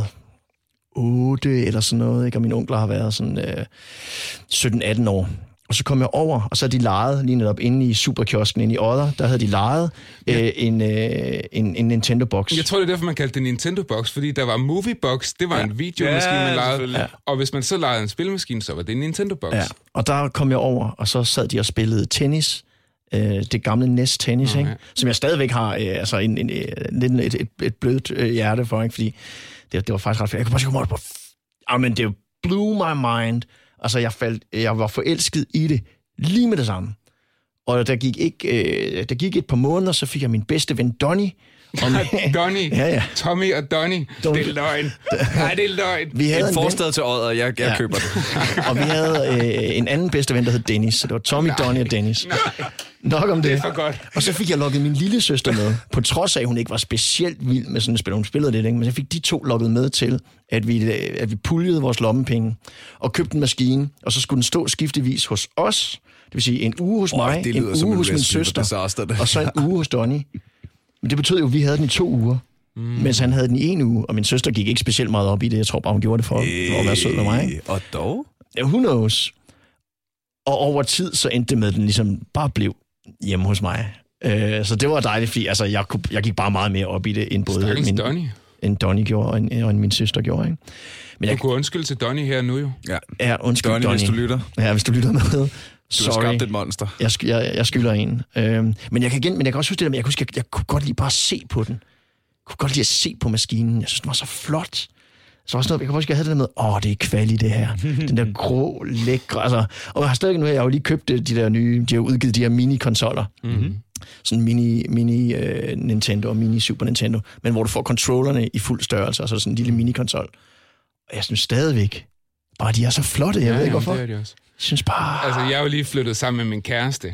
otte eller sådan noget, ikke? Og mine onkler har været sådan øh, sytten atten år. Og så kom jeg over, og så havde de lejet lige netop inde i superkiosken inde i Odder, der havde de lejet ja. øh, en, øh, en, en Nintendo-box. Jeg tror, det er derfor, man kaldte det Nintendo-box, fordi der var Movie-box, det var ja. en videomaskine, ja, man lejede. Ja. Og hvis man så lejede en spilmaskine, så var det en Nintendo-box. Ja. Og der kom jeg over, og så sad de og spillede tennis, øh, det gamle N E S tennis, okay. ikke? Som jeg stadigvæk har øh, altså en, en, en, et, et, et blødt øh, hjerte for, ikke? Fordi det, det var faktisk ret fedt. Jeg kunne bare sige, hvor på ah, men det blew my mind. Altså, jeg, faldt, jeg var forelsket i det lige med det samme. Og der gik, ikke, øh, der gik et par måneder, så fik jeg min bedste ven, Donny. Donny. Ja, ja. Tommy og Donny. Det er løgn. Nej, det er løgn. Vi havde en forstad til Odder, jeg, jeg ja. køber det. Og vi havde øh, en anden bedste ven, der hed Dennis. Så det var Tommy, nej, Donny og Dennis. Nej. Nok om det. Det er for godt. Og så fik jeg lukket min lille søster med, på trods af, at hun ikke var specielt vild med sådan et spil. Hun spillede lidt, ikke? Men jeg fik de to lukket med til, at vi, at vi puljede vores lommepenge og købte en maskine, og så skulle den stå skiftevis hos os. Det vil sige en uge hos mig, oh, en uge hos min søster, og så en uge hos Donny. Men det betød jo, at vi havde den i to uger, mm. mens han havde den i en uge, og min søster gik ikke specielt meget op i det. Jeg tror bare, hun gjorde det for, øh, for at være sød med mig. Ikke? Og dog? Ja, who knows? Og over tid, så endte det med, at den ligesom bare blev hjemme hos mig. Øh, så det var dejligt, fordi altså, jeg, kunne, jeg gik bare meget mere op i det, end både Stakkels min, Donny. end Donny gjorde, og end, og end min søster gjorde. Ikke? Men jeg, du kunne undskylde til Donny her nu jo. Ja, ja undskyld Donny, Donny. hvis du lytter. Ja, hvis du lytter med. Du Sorry. har skabt et monster. Jeg, jeg, jeg skylder en. Øhm, men, jeg kan igen, men jeg kan også huske det der, men jeg, kunne, jeg, jeg kunne godt lige bare se på den. Jeg kunne godt lide at se på maskinen. Jeg synes, den var så flot. Så også noget, jeg kan huske, jeg havde det der med, åh, det er kvali det her. Den der grå, lækre. Altså, og jeg har stadig nu, jeg har jo lige købt de der nye, de har udgivet de her mini-konsoller. Mm-hmm. Sådan mini, mini uh, Nintendo og mini Super Nintendo. Men hvor du får controllerne i fuld størrelse, altså sådan en lille mini-konsol. Og jeg synes stadigvæk, bare de er så flotte. Jeg ja, ved ikke, jamen, hvorfor. Det er de også. Jeg synes bare... Altså, jeg er jo lige flyttet sammen med min kæreste,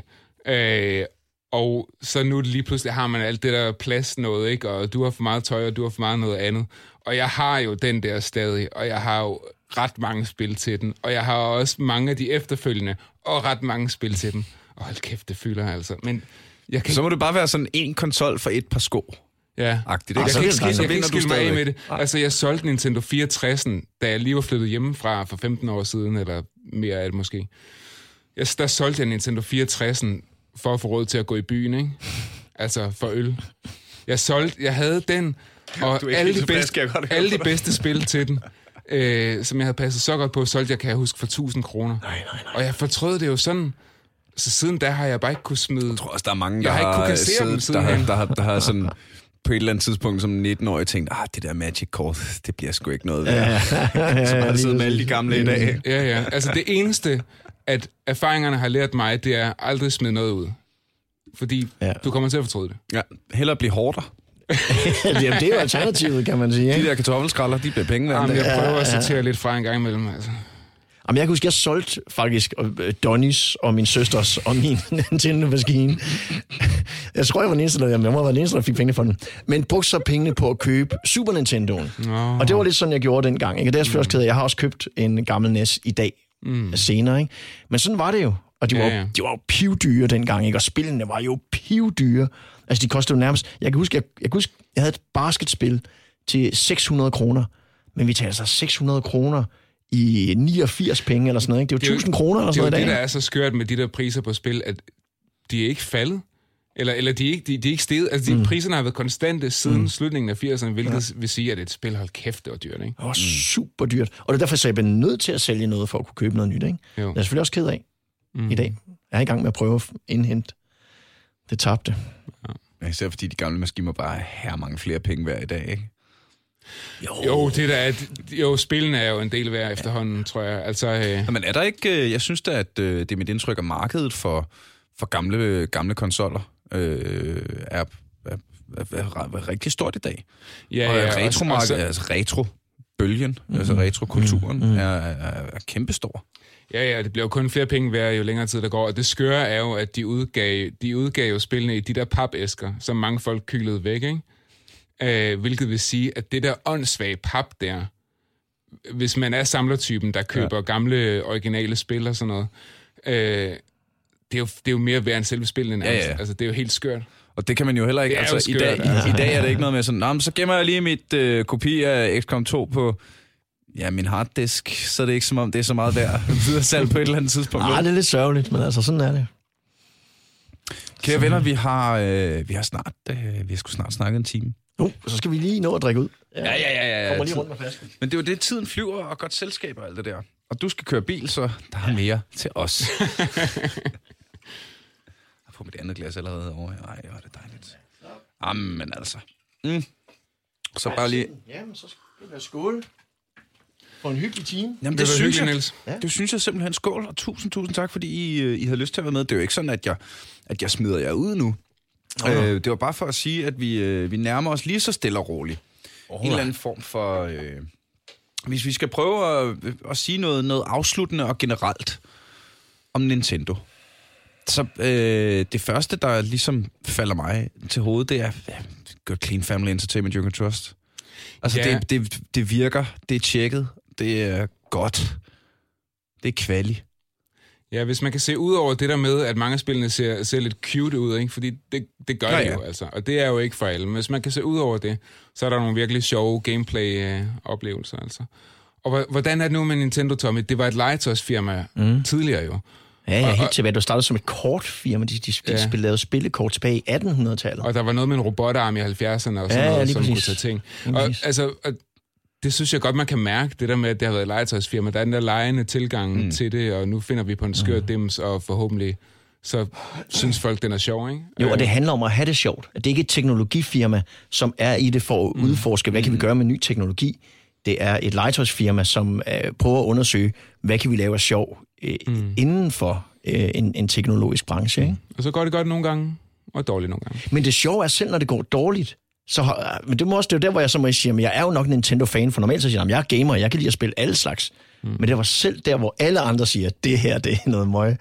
øh, og så nu lige pludselig har man alt det der plads noget, ikke? Og du har for meget tøj, og du har for meget noget andet. Og jeg har jo den der stadig, og jeg har jo ret mange spil til den, og jeg har også mange af de efterfølgende, og ret mange spil til den. Og hold kæft, det fylder altså. Men jeg kan... Så må det bare være sådan en konsol for et par sko. Ja, agtigt, jeg, ikke? kan ikke, jeg, jeg kan ikke skille mig af med det. Ej. Altså, jeg solgte Nintendo fireogtreds'en, da jeg lige var flyttet hjemmefra for femten år siden, eller mere af det måske. Jeg, der solgte jeg Nintendo fireogtreds'en for at få råd til at gå i byen, ikke? Altså, for øl. Jeg solgte, jeg havde den, og alle de, bedste, alle de bedste spil til den, øh, som jeg havde passet så godt på, solgte jeg, kan jeg huske, for tusind kroner. Nej, nej, nej. Og jeg fortrød det jo sådan... Så siden da har jeg bare ikke kunne smide... Jeg tror også, der er mange, der jeg har, har, ikke siddet, dem der, har, der, har, der har sådan på et eller andet tidspunkt som nitten-årig tænkt, ah, det der Magic Kort, det bliver sgu ikke noget værd. Ja, ja, ja, som har siddet med alle de gamle i dag. Ja, ja. Altså det eneste, at erfaringerne har lært mig, det er aldrig smide noget ud. Fordi ja. du kommer til at fortryde det. Ja, hellere blive hårdere. Jamen, det er jo alternativet, kan man sige. Ikke? De der kartoffelskralder, de bliver penge værd. Jamen, jeg prøver at sortere ja. lidt fra en gang imellem, altså. Jamen, jeg kan huske, jeg solgte faktisk Donnys og min søsters og min Nintendo-maskine. Jeg tror, jeg var den eneste, der, jeg må være den eneste, der fik penge for den. Men brugte så pengene på at købe Super Nintendoen. Oh. Og det var lidt sådan, jeg gjorde dengang. Ikke? Og det er selvfølgelig også, jeg har også købt en gammel N E S i dag mm. senere. Ikke? Men sådan var det jo. Og de var, ja, ja. de var jo pivdyre dengang, ikke? Og spillene var jo pivdyre. Altså, de kostede jo nærmest... Jeg kan huske, jeg, jeg, kan huske, jeg havde et basketspil til seks hundrede kroner. Men vi tager altså seks hundrede kroner i niogfirs penge eller sådan noget, ikke? Det er jo tusind kroner eller sådan noget i dag. Det er jo det, der er så skørt med de der priser på spil, at de er ikke faldet. Eller, eller de er ikke, de, de er ikke steget. Altså, de Mm. priserne har været konstante siden mm. slutningen af firserne, hvilket Ja. vil sige, at et spil, hold kæft, det var dyrt, ikke? Det var super dyrt. Og det er derfor, så jeg bliver nødt til at sælge noget, for at kunne købe noget nyt, ikke? Jo. Det er jeg selvfølgelig også ked af Mm. i dag. Jeg er i gang med at prøve at indhente det tabte. Ja, især fordi de gamle maskiner bare har mange flere penge hver i dag, ikke? Jo, det der er, jo, spillene er jo en del værd efterhånden, tror jeg. Altså, øh, Men er der ikke... øh, Jeg synes da, at øh, det er mit indtryk, at markedet for, for gamle, gamle konsoller øh, er, er, er, er, er rigtig stort i dag. ja, og ja, retromarkedet, og så- altså retro-bølgen, mm. altså retrokulturen, mm. er, er, er kæmpestor. Ja, ja, det bliver jo kun flere penge værd, jo længere tid der går. Og det skøre er jo, at de udgav, de udgav jo spillene i de der papæsker, som mange folk kyklede væk, ikke? Øh, hvilket vil sige, at det der åndssvage pap der, hvis man er samlertypen, der køber ja. gamle, originale spil og sådan noget, øh, det, er jo, det er jo mere værd end selve spillene. Ja, ja. Altså, det er jo helt skørt. Og det kan man jo heller ikke... Det er Altså, jo i, dag, skørt, altså. i, I dag er det ikke noget med sådan, Nå, men så gemmer jeg lige mit øh, kopi af X COM to på ja, min harddisk, så er det ikke som om, det er så meget værd videre salg på et eller andet tidspunkt. Nej, det er lidt sørgeligt, men altså sådan er det. Kære venner, vi har, øh, vi har snart, øh, vi har sgu snart snakket en time. Jo, så skal vi lige nå at drikke ud. Ja, ja, ja. ja. Kommer lige rundt med flasken. Men det er jo det, tiden flyver, og godt selskab og alt det der. Og du skal køre bil, så der er mere til os. Jeg får mit andet glas allerede over her. Ej, hvor er det dejligt. Jamen altså. Mm. Så bare lige... Jamen, så skal det være skål. For en hyggelig time. Jamen, det, Det var synes hyggeligt, jeg, Niels. Ja. det synes jeg simpelthen. Skål, og tusind, tusind tak, fordi I, øh, I havde lyst til at være med. Det er jo ikke sådan, at jeg, at jeg smider jer ud nu. Nå, nå. Øh, det var bare for at sige, at vi, øh, vi nærmer os lige så stille og roligt. Oh, En eller anden form for... Øh, hvis vi skal prøve at, at sige noget, noget afsluttende og generelt om Nintendo. Så øh, det første, der ligesom falder mig til hovedet, det er ja, Good Clean Family Entertainment You Can Trust. Altså, Ja. det, det, det virker, det er tjekket, det er godt, det er kvali. Ja, hvis man kan se ud over det der med, at mange af spillene ser, ser lidt cute ud, ikke? Fordi det, det gør Ja, det ja. jo, altså. Og det er jo ikke for alle. Men hvis man kan se ud over det, så er der nogle virkelig sjove gameplay-oplevelser, altså. Og hvordan er det nu med Nintendo, Tommy? Det var et legetøjsfirma mm. tidligere jo. Ja, ja, Og- helt tilbage. Du startede som et kortfirma. De, de, de Ja. ja. lavede spillekort tilbage i attenhundredetallet. Og der var noget med en robotarm i halvfjerdserne og sådan Ja, ja, noget, lige som præcis. kunne tage ting. Lige Og, præcis. altså, og det synes jeg godt, man kan mærke, det der med, at det har været et legetøjsfirma. Der er den der legende tilgang mm. til det, og nu finder vi på en skør mm. dims, og forhåbentlig så synes folk, den er sjov, ikke? Jo, og det handler om at have det sjovt. At det ikke er et teknologifirma, som er i det for at udforske, hvad kan vi gøre med ny teknologi. Det er et legetøjsfirma, som øh, prøver at undersøge, hvad kan vi lave af sjov øh, mm. inden for øh, en, en teknologisk branche. Ikke? Og så går det godt nogle gange, og dårligt nogle gange. Men det sjove er, selv når det går dårligt, så har, men det, må også, det er jo der, hvor jeg så må sige, at jeg er jo nok Nintendo-fan, for normalt så siger jeg, at jeg er gamer, jeg kan lide at spille alle slags. Mm. Men det var selv der, hvor alle andre siger, at det her, det er noget møg.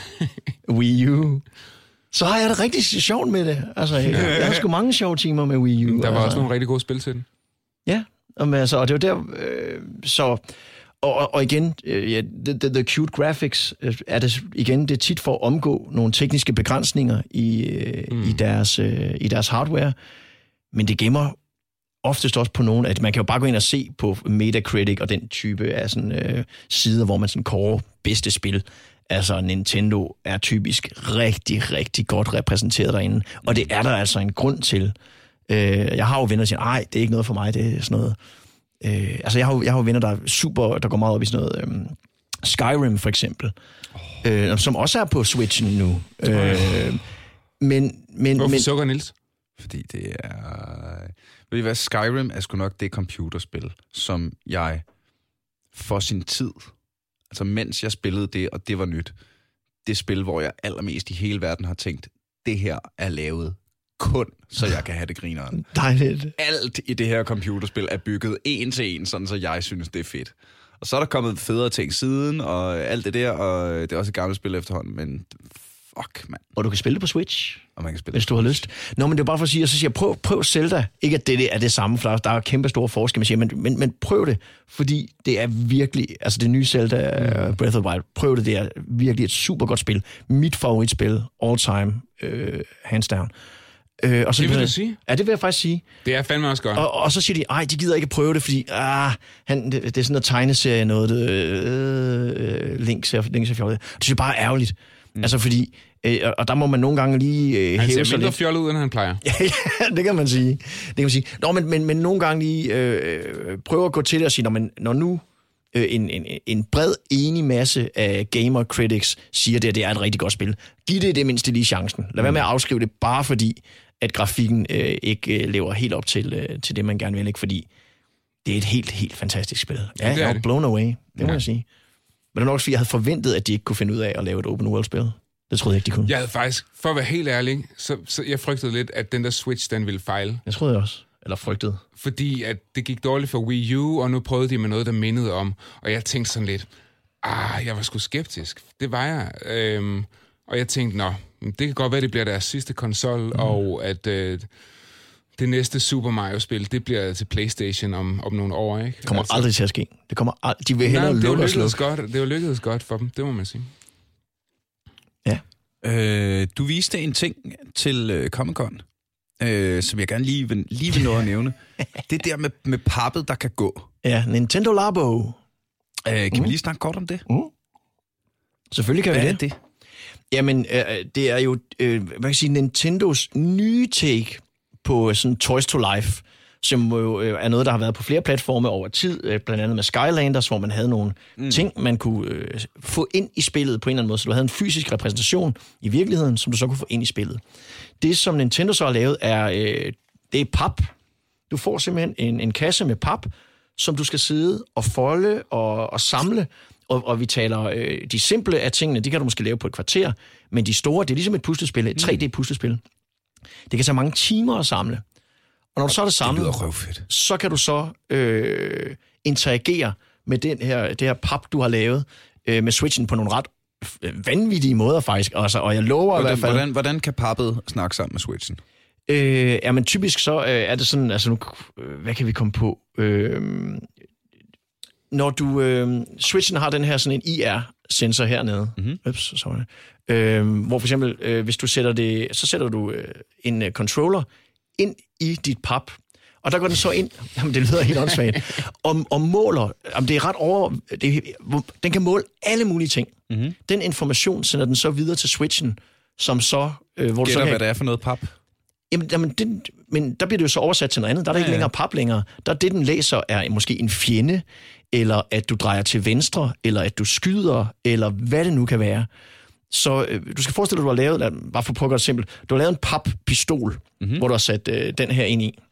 Wii U. Så har jeg det rigtig sjovt med det. Altså, jeg, jeg har sgu mange sjove timer med Wii U. Der var altså. også nogle rigtig gode spil til den. Ja, og, altså, og det var der, øh, så... Og, og, og igen, øh, ja, the, the, the cute graphics, øh, er det igen, det er tit for at omgå nogle tekniske begrænsninger i, øh, mm. i, deres, øh, i deres hardware. Men det gemmer oftest også på nogen, at man kan jo bare gå ind og se på Metacritic og den type af sådan, øh, sider, hvor man sådan kårer bedste spil. Altså Nintendo er typisk rigtig, rigtig godt repræsenteret derinde. Og det er der altså en grund til. Øh, jeg har jo venner, der siger, nej, det er ikke noget for mig, det er sådan noget... Øh, altså jeg har, jeg har jo venner, der er super, der går meget op i sådan noget... Øh, Skyrim for eksempel, oh. øh, som også er på Switchen nu. Øh, men, men, Hvorfor men, sukker, Niels? Fordi det er... Ved I hvad, Skyrim er sgu nok det computerspil, som jeg for sin tid, altså mens jeg spillede det, og det var nyt, det spil, hvor jeg allermest i hele verden har tænkt, det her er lavet kun, så jeg kan have det grineren. dejligt. Alt i det her computerspil er bygget en til en, sådan så jeg synes, det er fedt. Og så er der kommet federe ting siden, og alt det der, og det er også et gammelt spil efterhånden, men fuck, mand. Og du kan spille det på Switch, Og man kan spille hvis du har lyst. Nå, men det er bare for at sige, og så siger jeg, prøv, prøv Zelda. Ikke at det er det samme, for der er kæmpe store forskel, man siger, men, men, men prøv det, fordi det er virkelig, altså det nye Zelda, mm. Breath of the Wild, prøv det, det er virkelig et super godt spil. Mit favoritspil, all time, øh, hands down. Øh, og så Det vil videre. du sige? Ja, det vil jeg faktisk sige. Det er fandme også godt. Og, og så siger de, ej, de gider ikke prøve det, fordi ah, han, det, det er sådan noget tegneserie, noget, det, øh, øh, Link ser, Link ser fjollet. Det synes jeg bare er ærgerligt. Mm. Altså fordi, øh, og der må man nogle gange lige øh, han hæve ser sig mindre lidt. fjollet ud, end han plejer. Ja, det kan man sige. Det kan man sige. Nå, men, men, men nogle gange lige øh, prøve at gå til det og sige, når, man, når nu øh, en, en, en bred, enig masse af gamer critics siger, det, at det er et rigtig godt spil, giv det det mindste lige chancen. Lad være med at afskrive det, bare fordi, at grafikken øh, ikke øh, lever helt op til, øh, til det, man gerne vil. Ikke? Fordi det er et helt, helt fantastisk spil. Ja, jeg er blown away, det må ja. jeg sige. Men det er nok, fordi jeg havde forventet, at de ikke kunne finde ud af at lave et open world-spil. Det troede jeg ikke, de kunne. Jeg havde faktisk, for at være helt ærlig, så, så jeg frygtede lidt, at den der Switch, den ville fejle. Jeg troede også. Eller frygtede. Fordi at det gik dårligt for Wii U, og nu prøvede de med noget, der mindede om. Og jeg tænkte sådan lidt, ah, jeg var sgu skeptisk. Det var jeg. Øhm, og jeg tænkte, nå, det kan godt være, det bliver deres sidste konsol, mm. og at øh, det næste Super Mario-spil, det bliver til PlayStation om, om nogle år, ikke? Det kommer altså, aldrig til at ske. Det kommer ald- De vil hellere nej, lukke og slukke. slukke. Det var lykkedes godt for dem, det må man sige. Ja. Øh, du viste en ting til øh, Comic-Con, øh, som jeg gerne lige vil, lige vil nå at nævne. Det der med, med pappet, der kan gå. Ja, Nintendo Labo. Øh, kan Mm. vi lige snakke kort om det? Mm. Selvfølgelig kan Hvad vi er det. det? Jamen, øh, det er jo, øh, hvad kan jeg sige, Nintendos nye take på sådan Toys to Life, som jo øh, er noget, der har været på flere platforme over tid, øh, blandt andet med Skylanders, hvor man havde nogle mm. ting, man kunne øh, få ind i spillet på en eller anden måde, så du havde en fysisk repræsentation i virkeligheden, som du så kunne få ind i spillet. Det, som Nintendo så har lavet, er, øh, det er pap. Du får simpelthen en, en kasse med pap, som du skal sidde og folde og, og samle, og, og vi taler øh, de simple af tingene, de kan du måske lave på et kvarter, men de store, det er ligesom et puslespil, et tre D-puslespil. Det kan tage mange timer at samle. Og når du så er det samlet, det lyder røvfedt. så kan du så øh, interagere med den her, det her pap, du har lavet øh, med Switchen på nogle ret vanvittige måder faktisk. Altså, og jeg lover hvordan, i hvert fald... Hvordan, hvordan kan pappet snakke sammen med Switchen? Øh, ja, men typisk så øh, er det sådan, altså nu, øh, hvad kan vi komme på? Øh, når du, øh, Switchen har den her sådan en I R-sensor hernede, mm-hmm. Ups, sorry. Øh, hvor for eksempel, øh, hvis du sætter det, så sætter du øh, en uh, controller ind i dit pap, og der går den så ind, jamen det lyder helt åndssvagt, og, og måler, jamen det er ret over, det, den kan måle alle mulige ting. Mm-hmm. Den information sender den så videre til Switchen, som så... Øh, hvor Gætter, du så kan, hvad det er for noget pap? Jamen, jamen det, men der bliver det jo så oversat til noget andet. Der er der ja, ikke længere pap længere. Der er det, den læser, er måske en fjende, eller at du drejer til venstre, eller at du skyder, eller hvad det nu kan være. Så øh, du skal forestille dig, at du har lavet, lad, bare for at prøve at gøre det simpelt, du har lavet en pappistol, mm-hmm. hvor du har sat øh, den her ind i.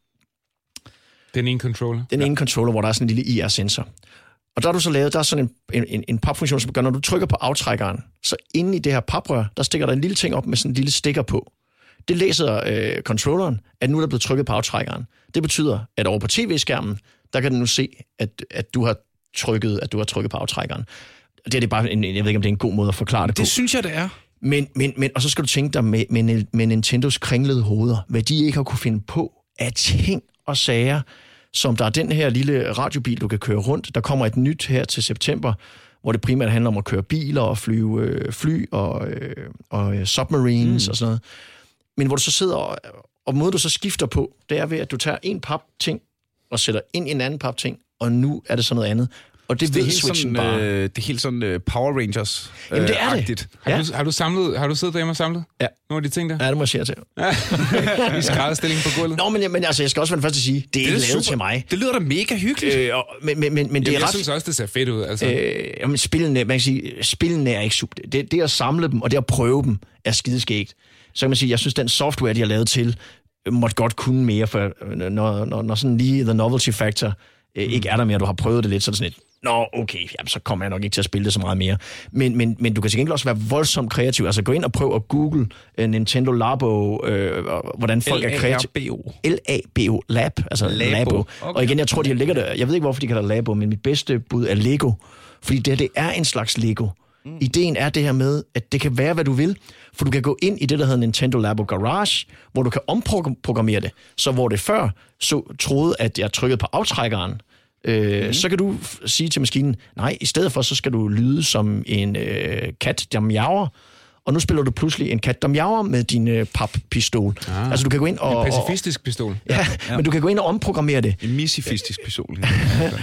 Den ene controller? Den ja. ene controller, hvor der er sådan en lille I R-sensor. Og der har du så lavet, der er sådan en, en, en papfunktion, som gør, når du trykker på aftrækkeren, så inde i det her paprør, der stikker der en lille ting op med sådan en lille stikker på. Det læser øh, controlleren, at nu er der blevet trykket på aftrækkeren. Det betyder, at over på tv-skærmen, der kan den nu se, at, at du har trykket, at du har trykket på aftrækkeren. Det er det bare en, jeg ved ikke, om det er en god måde at forklare det på. Det synes jeg, det er. Men, men, men, og så skal du tænke dig med, med, med Nintendos kringlede hoveder, hvad de ikke har kunne finde på af ting og sager, som der er den her lille radiobil, du kan køre rundt. Der kommer et nyt her til september, hvor det primært handler om at køre biler og flyve øh, fly og, øh, og submarines mm. og sådan noget. Men hvor du så sidder, og, og måden du så skifter på, det er ved, at du tager en papting og sætter ind i en anden papting, og nu er det så noget andet. Og det, det ved Switchen sådan, bare. Øh, det er helt sådan uh, Power Rangers. Jamen, det er øh, det. Har, Ja. du, har, du samlet, har du siddet derhjemme og samlet? Ja. Nogle af de ting der? Ja, det må jeg sige til. I skrædderstilling på gulvet? Nå, men, men altså, jeg skal også være den første at sige, det er ikke lavet til mig. Det lyder da mega hyggeligt. Øh, og, men, men, men, men det Jamen, er jeg ret... synes også, det ser fedt ud. Altså. Øh, jamen, spillene, man kan sige, spillene er ikke super. Det, det at samle dem, og det at prøve dem, er skideskægt. Så kan man sige, jeg synes, den software, de har lavet til, måtte godt kunne mere, for når, når, når sådan lige the novelty factor øh, mm. ikke er der mere, du har prøvet det lidt, så er det sådan et, nå, okay, jamen, så kommer jeg nok ikke til at spille det så meget mere. Men, men, men du kan sikkert også være voldsomt kreativ. Altså gå ind og prøv at google uh, Nintendo Labo, øh, hvordan folk er kreative. L A B O Lab, altså Labo. Labo. Okay. Og igen, jeg tror, de ligger der. Jeg ved ikke, hvorfor de kalder det Labo, men mit bedste bud er Lego. Fordi det her, det er en slags Lego. Mm. Ideen er det her med, at det kan være, hvad du vil, for du kan gå ind i det, der hedder Nintendo Labo Garage, hvor du kan omprogrammere det. Så hvor det før så troede, at jeg trykkede på aftrækkeren, øh, mm. så kan du f- sige til maskinen, nej, i stedet for, så skal du lyde som en øh, kat, der miaver, og nu spiller du pludselig en kat, der miaver med din øh, pappistol. Ah, altså du kan gå ind og... En pacifistisk pistol. Ja, ja, men du kan gå ind og omprogrammere det. En misifistisk pistol.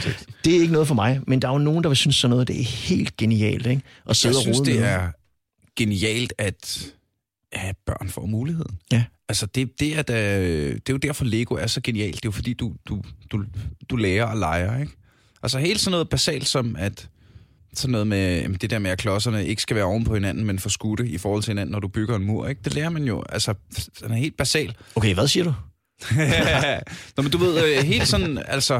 Det er ikke noget for mig, men der er jo nogen, der vil synes sådan noget, det er helt genialt, ikke? At sidde jeg synes, og rode det med. er genialt, at ja, børn får muligheden. Ja. Altså, det, det, er da, det er jo derfor, Lego er så genialt. Det er jo fordi, du, du, du, du lærer og leger, ikke? Altså, helt sådan noget basalt som, at sådan noget med jamen, det der med, at klodserne ikke skal være oven på hinanden, men forskudte i forhold til hinanden, når du bygger en mur, ikke? Det lærer man jo, altså, den er helt basal. Okay, hvad siger du? Nå, men du ved, helt sådan, altså,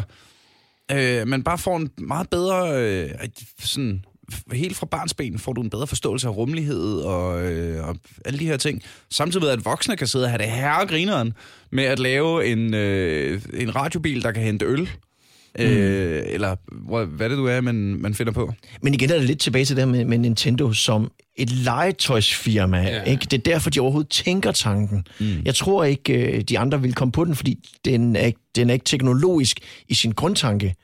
øh, man bare får en meget bedre, øh, sådan, helt fra barnsben får du en bedre forståelse af rummelighed og, øh, og alle de her ting. Samtidig med, at voksne kan sidde og have det herregrineren med at lave en, øh, en radiobil, der kan hente øl. Mm. Øh, eller hvad det du er, man, man finder på. Men igen er det lidt tilbage til det med, med Nintendo som et legetøjsfirma. Ja. Ikke? Det er derfor, de overhovedet tænker tanken. Mm. Jeg tror ikke, de andre vil komme på den, fordi den er, den er ikke teknologisk i sin grundtanke.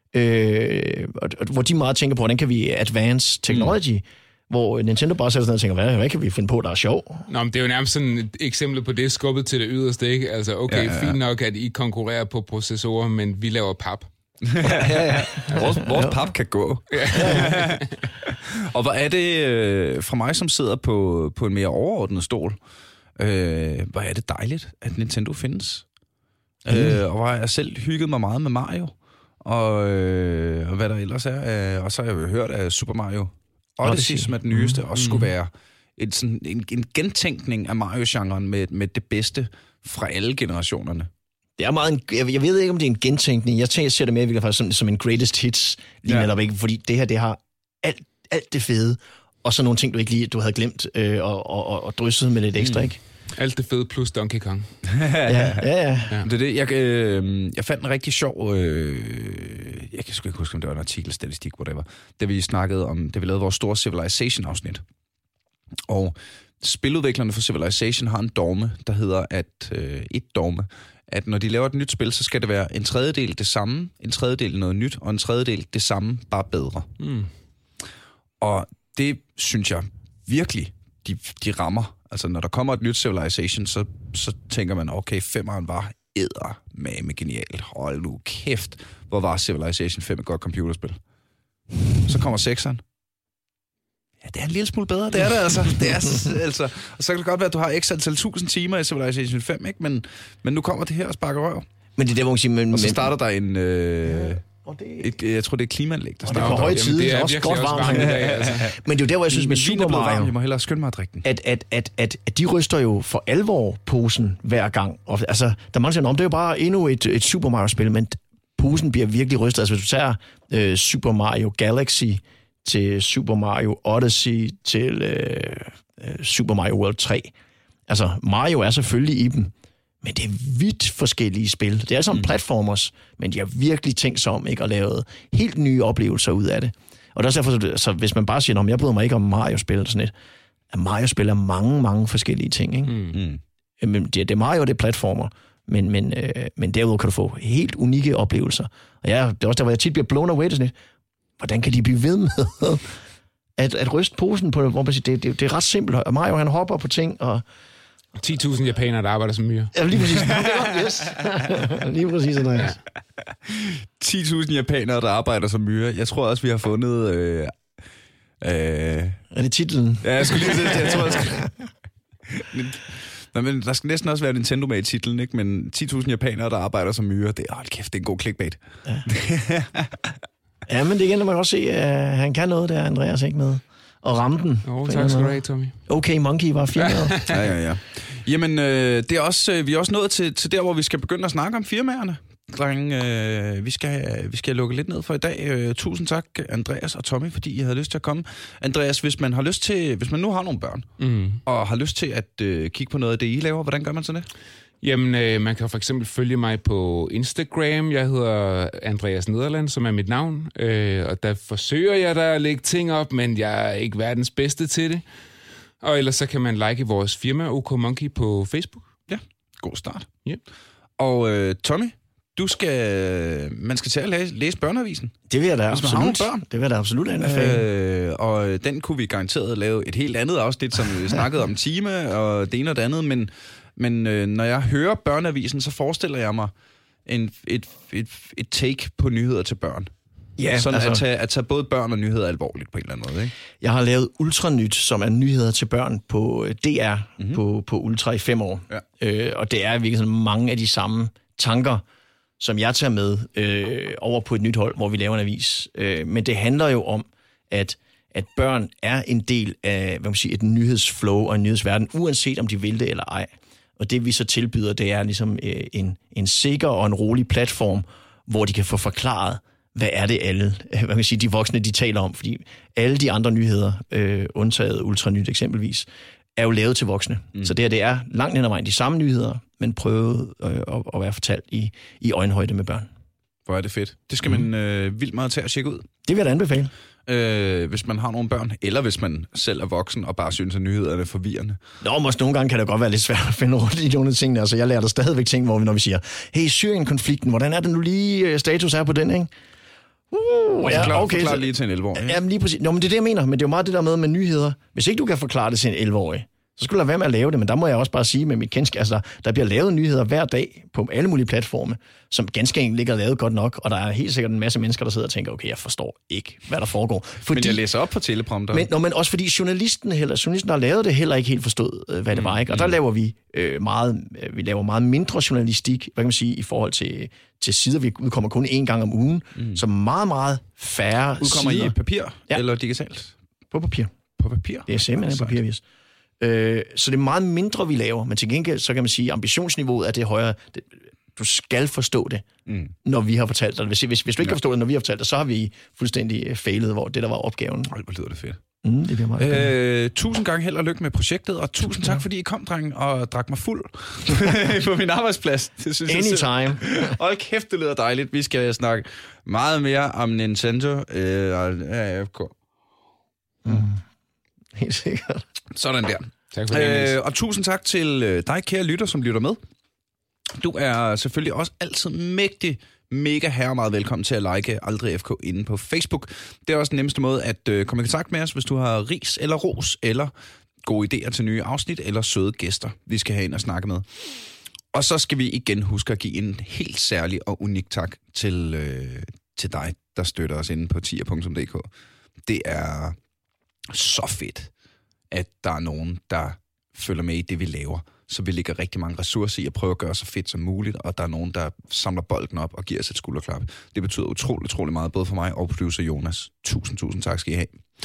Øh, hvor de meget tænker på, hvordan kan vi advance technology, mm. hvor Nintendo bare sætter sig ned og tænker, hvad, hvad kan vi finde på, der er sjov? Nå, men det er jo nærmest sådan et eksempel på det, skubbet til det yderste, ikke? Altså, okay, ja, ja, ja. Fint nok, at I konkurrerer på processorer, men vi laver pap. ja, ja, ja. Vores, vores pap kan gå. Ja. Og hvor er det øh, fra mig, som sidder på, på en mere overordnet stol, øh, hvor er det dejligt, at Nintendo findes. Mm. Øh, og hvor jeg selv hygget mig meget med Mario, og, øh, og hvad der ellers er. Øh, og så har jeg jo hørt, at Super Mario Odyssey, som er den nyeste, mm. også skulle være et, sådan, en, en gentænkning af Mario-genren med, med det bedste fra alle generationerne. Det er meget en, jeg, jeg ved ikke, om det er en gentænkning. Jeg, tænker, jeg ser det mere virkelig faktisk som, som en greatest hits, lige ja. netop ikke, fordi det her, det har alt, alt det fede, og så nogle ting, du ikke lige du havde glemt, øh, og, og, og drysset med lidt ekstra, mm. ikke? Alt det fede plus Donkey Kong. ja, ja, ja. ja. Det er det. Jeg, øh, jeg fandt en rigtig sjov, øh, jeg kan sgu ikke huske, om det var en artikel, statistik, whatever, da vi snakkede om, da vi lavede vores store Civilization-afsnit. Og spiludviklerne for Civilization har en dogme, der hedder, at øh, et dogme, at når de laver et nyt spil, så skal det være en tredjedel det samme, en tredjedel noget nyt, og en tredjedel det samme, bare bedre. Mm. Og det synes jeg virkelig, de, de rammer. Altså, når der kommer et nyt Civilization, så, så tænker man, okay, femmeren var eddermame genialt. Hold nu kæft, hvor var Civilization fem et godt computerspil. Så kommer sekseren. Ja, det er en lille smule bedre, det er det altså. Det er, altså. Og så kan det godt være, at du har x antal tusind timer i Civilization fem, ikke? Men, men nu kommer det her og sparker røv. Men det er der, hvor man siger... Men, og så starter der en... Øh, et, jeg tror, det er klimaanlæg, der starter. Og det er på høj tid, det er også godt varmt. varmt altså. Men det er jo der, hvor jeg synes med Super Mario... Jeg må hellere skynde mig at drikke den. At, at, at, at, at de ryster jo for alvor posen hver gang. Og, altså, der er mange, der siger, om det er jo bare endnu et, et Super Mario-spil, men posen bliver virkelig rystet. Altså, hvis du tager øh, Super Mario Galaxy til Super Mario Odyssey til øh, Super Mario World tre. Altså, Mario er selvfølgelig i dem, men det er vidt forskellige spil. Det er altså mm. platformers, men de har virkelig tænkt sig om, ikke, og lavet helt nye oplevelser ud af det. Og det er derfor, så hvis man bare siger, at jeg bryder mig ikke om Mario-spil, sådan et, at Mario-spil er mange, mange forskellige ting. Ikke? Mm. Men det, det er Mario, det er platformer, men, men, øh, men derudover kan du få helt unikke oplevelser. Og ja, det er også der, hvor jeg tit bliver blown away til sådan et, hvordan kan de blive ved med at, at ryste posen på det, hvor man siger, det, det, det er ret simpelt. Og Mario, han hopper på ting, og ti tusind japanere, der arbejder som myre. Ja, lige præcis. Yes. lige præcis, Andreas. ti tusind japanere, der arbejder som myre. Jeg tror også, vi har fundet... Øh, øh, er det titlen? Ja, jeg skulle lige sige det. Jeg tror, jeg skal... Nå, men der skal næsten også være Nintendo med i titlen, ikke? Men ti tusind japanere, der arbejder som myre, det er, hold kæft, det er en god clickbait. Ja. Ja, men det igen, man kan også se, at han kan noget der, Andreas, ikke med og ramme den. Åh, oh, tak skal du have, Tommy. Okay, Monkey var fint. ja, ja, ja. Jamen, øh, det er også, øh, vi er også nået til, til der, hvor vi skal begynde at snakke om firmaerne. Drenge, øh, vi, skal, vi skal lukke lidt ned for i dag. Øh, tusind tak, Andreas og Tommy, fordi I havde lyst til at komme. Andreas, hvis man har lyst til, hvis man nu har nogle børn, mm. og har lyst til at øh, kigge på noget af det, I laver, hvordan gør man så det? Jamen, øh, man kan for eksempel følge mig på Instagram. Jeg hedder Andreas Nederland, som er mit navn. Øh, og der forsøger jeg da at lægge ting op, men jeg er ikke verdens bedste til det. Og ellers så kan man like vores firma, OK Monkey, på Facebook. Ja, god start. Ja. Og øh, Tommy, du skal, man skal til at læse, læse børneavisen. Det vil jeg da hvis absolut. Man har børn. Det vil jeg da absolut anbefale. Øh, og den kunne vi garanteret lave et helt andet afsnit, som vi snakkede om time og det ene og det andet, men Men øh, når jeg hører børneavisen, så forestiller jeg mig en, et, et, et take på nyheder til børn. Ja, Sådan altså, at, tage, at tage både børn og nyheder alvorligt på en eller anden måde, ikke? Jeg har lavet Ultranyt, som er nyheder til børn på D R, mm-hmm. på, på Ultra i fem år. Ja. Øh, og det er virkelig sådan mange af de samme tanker, som jeg tager med øh, over på et nyt hold, hvor vi laver en avis. Øh, men det handler jo om, at, at børn er en del af hvad man siger, et nyhedsflow og en nyhedsverden, uanset om de vil det eller ej. Og det vi så tilbyder, det er ligesom øh, en, en sikker og en rolig platform, hvor de kan få forklaret, hvad er det alle, hvad kan man sige, de voksne, de taler om. Fordi alle de andre nyheder, øh, undtaget Ultranyt eksempelvis, er jo lavet til voksne. Mm. Så det her, det er langt hen ad vejen de samme nyheder, men prøvet øh, at, at være fortalt i, i øjenhøjde med børn. Hvor er det fedt. Det skal mm. man øh, vildt meget til at tjekke ud. Det vil jeg da anbefale. Øh, hvis man har nogle børn, eller hvis man selv er voksen og bare synes, at nyhederne er forvirrende. Nå, måske nogle gange kan det godt være lidt svært at finde rundt i nogle af tingene. Altså, jeg lærer der stadigvæk ting, hvor vi, når vi siger, hey, Syrien-konflikten, hvordan er det nu lige status er på den, ikke? Uh, ja, forklar, okay. Forklar lige til en elleve-årig. Jamen lige præcis. Nå, men det er det, jeg mener. Men det er jo meget det der med med nyheder. Hvis ikke du kan forklare det til en elleve-årig, så skulle der være med at lave det. Men der må jeg også bare sige med mit kendskab, altså der, der bliver lavet nyheder hver dag på alle mulige platforme, som ganske enkelt ikke er lavet godt nok. Og der er helt sikkert en masse mennesker, der sidder og tænker, okay, jeg forstår ikke, hvad der foregår. Fordi, men jeg læser op på teleprompter. Men, nå, men også fordi journalisten, heller, journalisten, der har lavet det, heller ikke helt forstod, hvad det var. Ikke? Og der laver vi øh, meget, vi laver meget mindre journalistik, hvad kan man sige, i forhold til, til sider. Vi udkommer kun én gang om ugen, mm. så meget, meget færre udkommer sider. I papir ja. eller digitalt? På papir. På papir? Det er simpelthen en papirvis. Øh, så det er meget mindre, vi laver, men til gengæld, så kan man sige, ambitionsniveauet er det højere. Det, du skal forstå det, mm. når vi har fortalt dig. Hvis, hvis, hvis du ikke ja. kan forstå det, når vi har fortalt dig, så har vi fuldstændig failet, hvor det der var opgaven. Ej, hvor lyder det fedt. Mm, det bliver meget øh, tusind gange held og lykke med projektet, og tusind tak, fordi I kom, dreng, og drak mig fuld på min arbejdsplads. Det synes Anytime. Hold kæft, det lyder dejligt. Vi skal snakke meget mere om Nintendo øh, og A F K. Mm. Helt sikkert. Sådan der. Tak for det, øh, og tusind tak til dig, kære lytter, som lytter med. Du er selvfølgelig også altid mægtig, mega herre meget velkommen til at like Aldrig F K inde på Facebook. Det er også den nemmeste måde at øh, komme i kontakt med os, hvis du har ris eller ros, eller gode idéer til nye afsnit, eller søde gæster, vi skal have ind og snakke med. Og så skal vi igen huske at give en helt særlig og unik tak til, øh, til dig, der støtter os inde på tier punktum d k. Det er så fedt, at der er nogen, der følger med i det, vi laver. Så vi lægger rigtig mange ressourcer i at prøve at gøre så fedt som muligt, og der er nogen, der samler bolden op og giver os et skulderklap. Det betyder utroligt, utroligt meget, både for mig og producer Jonas. Tusind, tusind tak skal I have.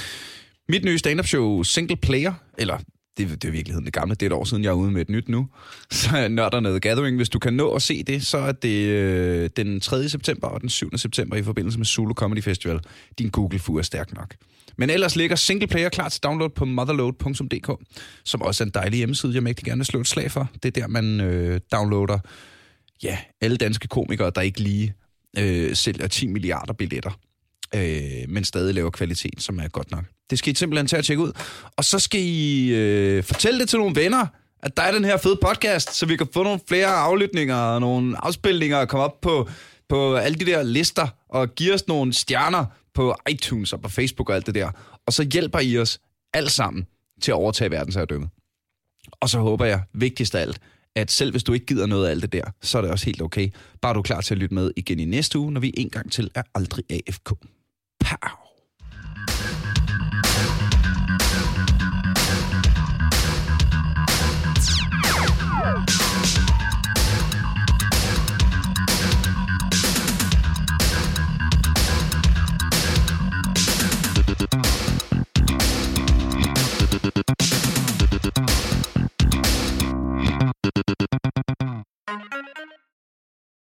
Mit nye stand-up show, Single Player, eller det, det er i virkeligheden det gamle, det er et år siden, jeg er ude med et nyt nu, så er Nørderne The Gathering. Hvis du kan nå at se det, så er det øh, den tredje september og den syvende september i forbindelse med Zulu Comedy Festival. Din Google-fu er stærk nok. Men ellers ligger Single Player klar til download på motherload punktum d k, som også er en dejlig hjemmeside, jeg mægtig gerne vil slå et slag for. Det er der, man øh, downloader ja, alle danske komikere, der ikke lige øh, sælger ti milliarder billetter, øh, men stadig laver kvalitet, som er godt nok. Det skal I simpelthen tage at tjekke ud. Og så skal I øh, fortælle det til nogle venner, at der er den her fede podcast, så vi kan få nogle flere aflytninger og nogle afspilninger og komme op på, på alle de der lister og give os nogle stjerner på iTunes og på Facebook og alt det der. Og så hjælper I os alt sammen til at overtage verdensherredømmet. Og så håber jeg, vigtigst af alt, at selv hvis du ikke gider noget af alt det der, så er det også helt okay. Bare du er klar til at lytte med igen i næste uge, når vi en gang til er Aldrig A F K. Pow!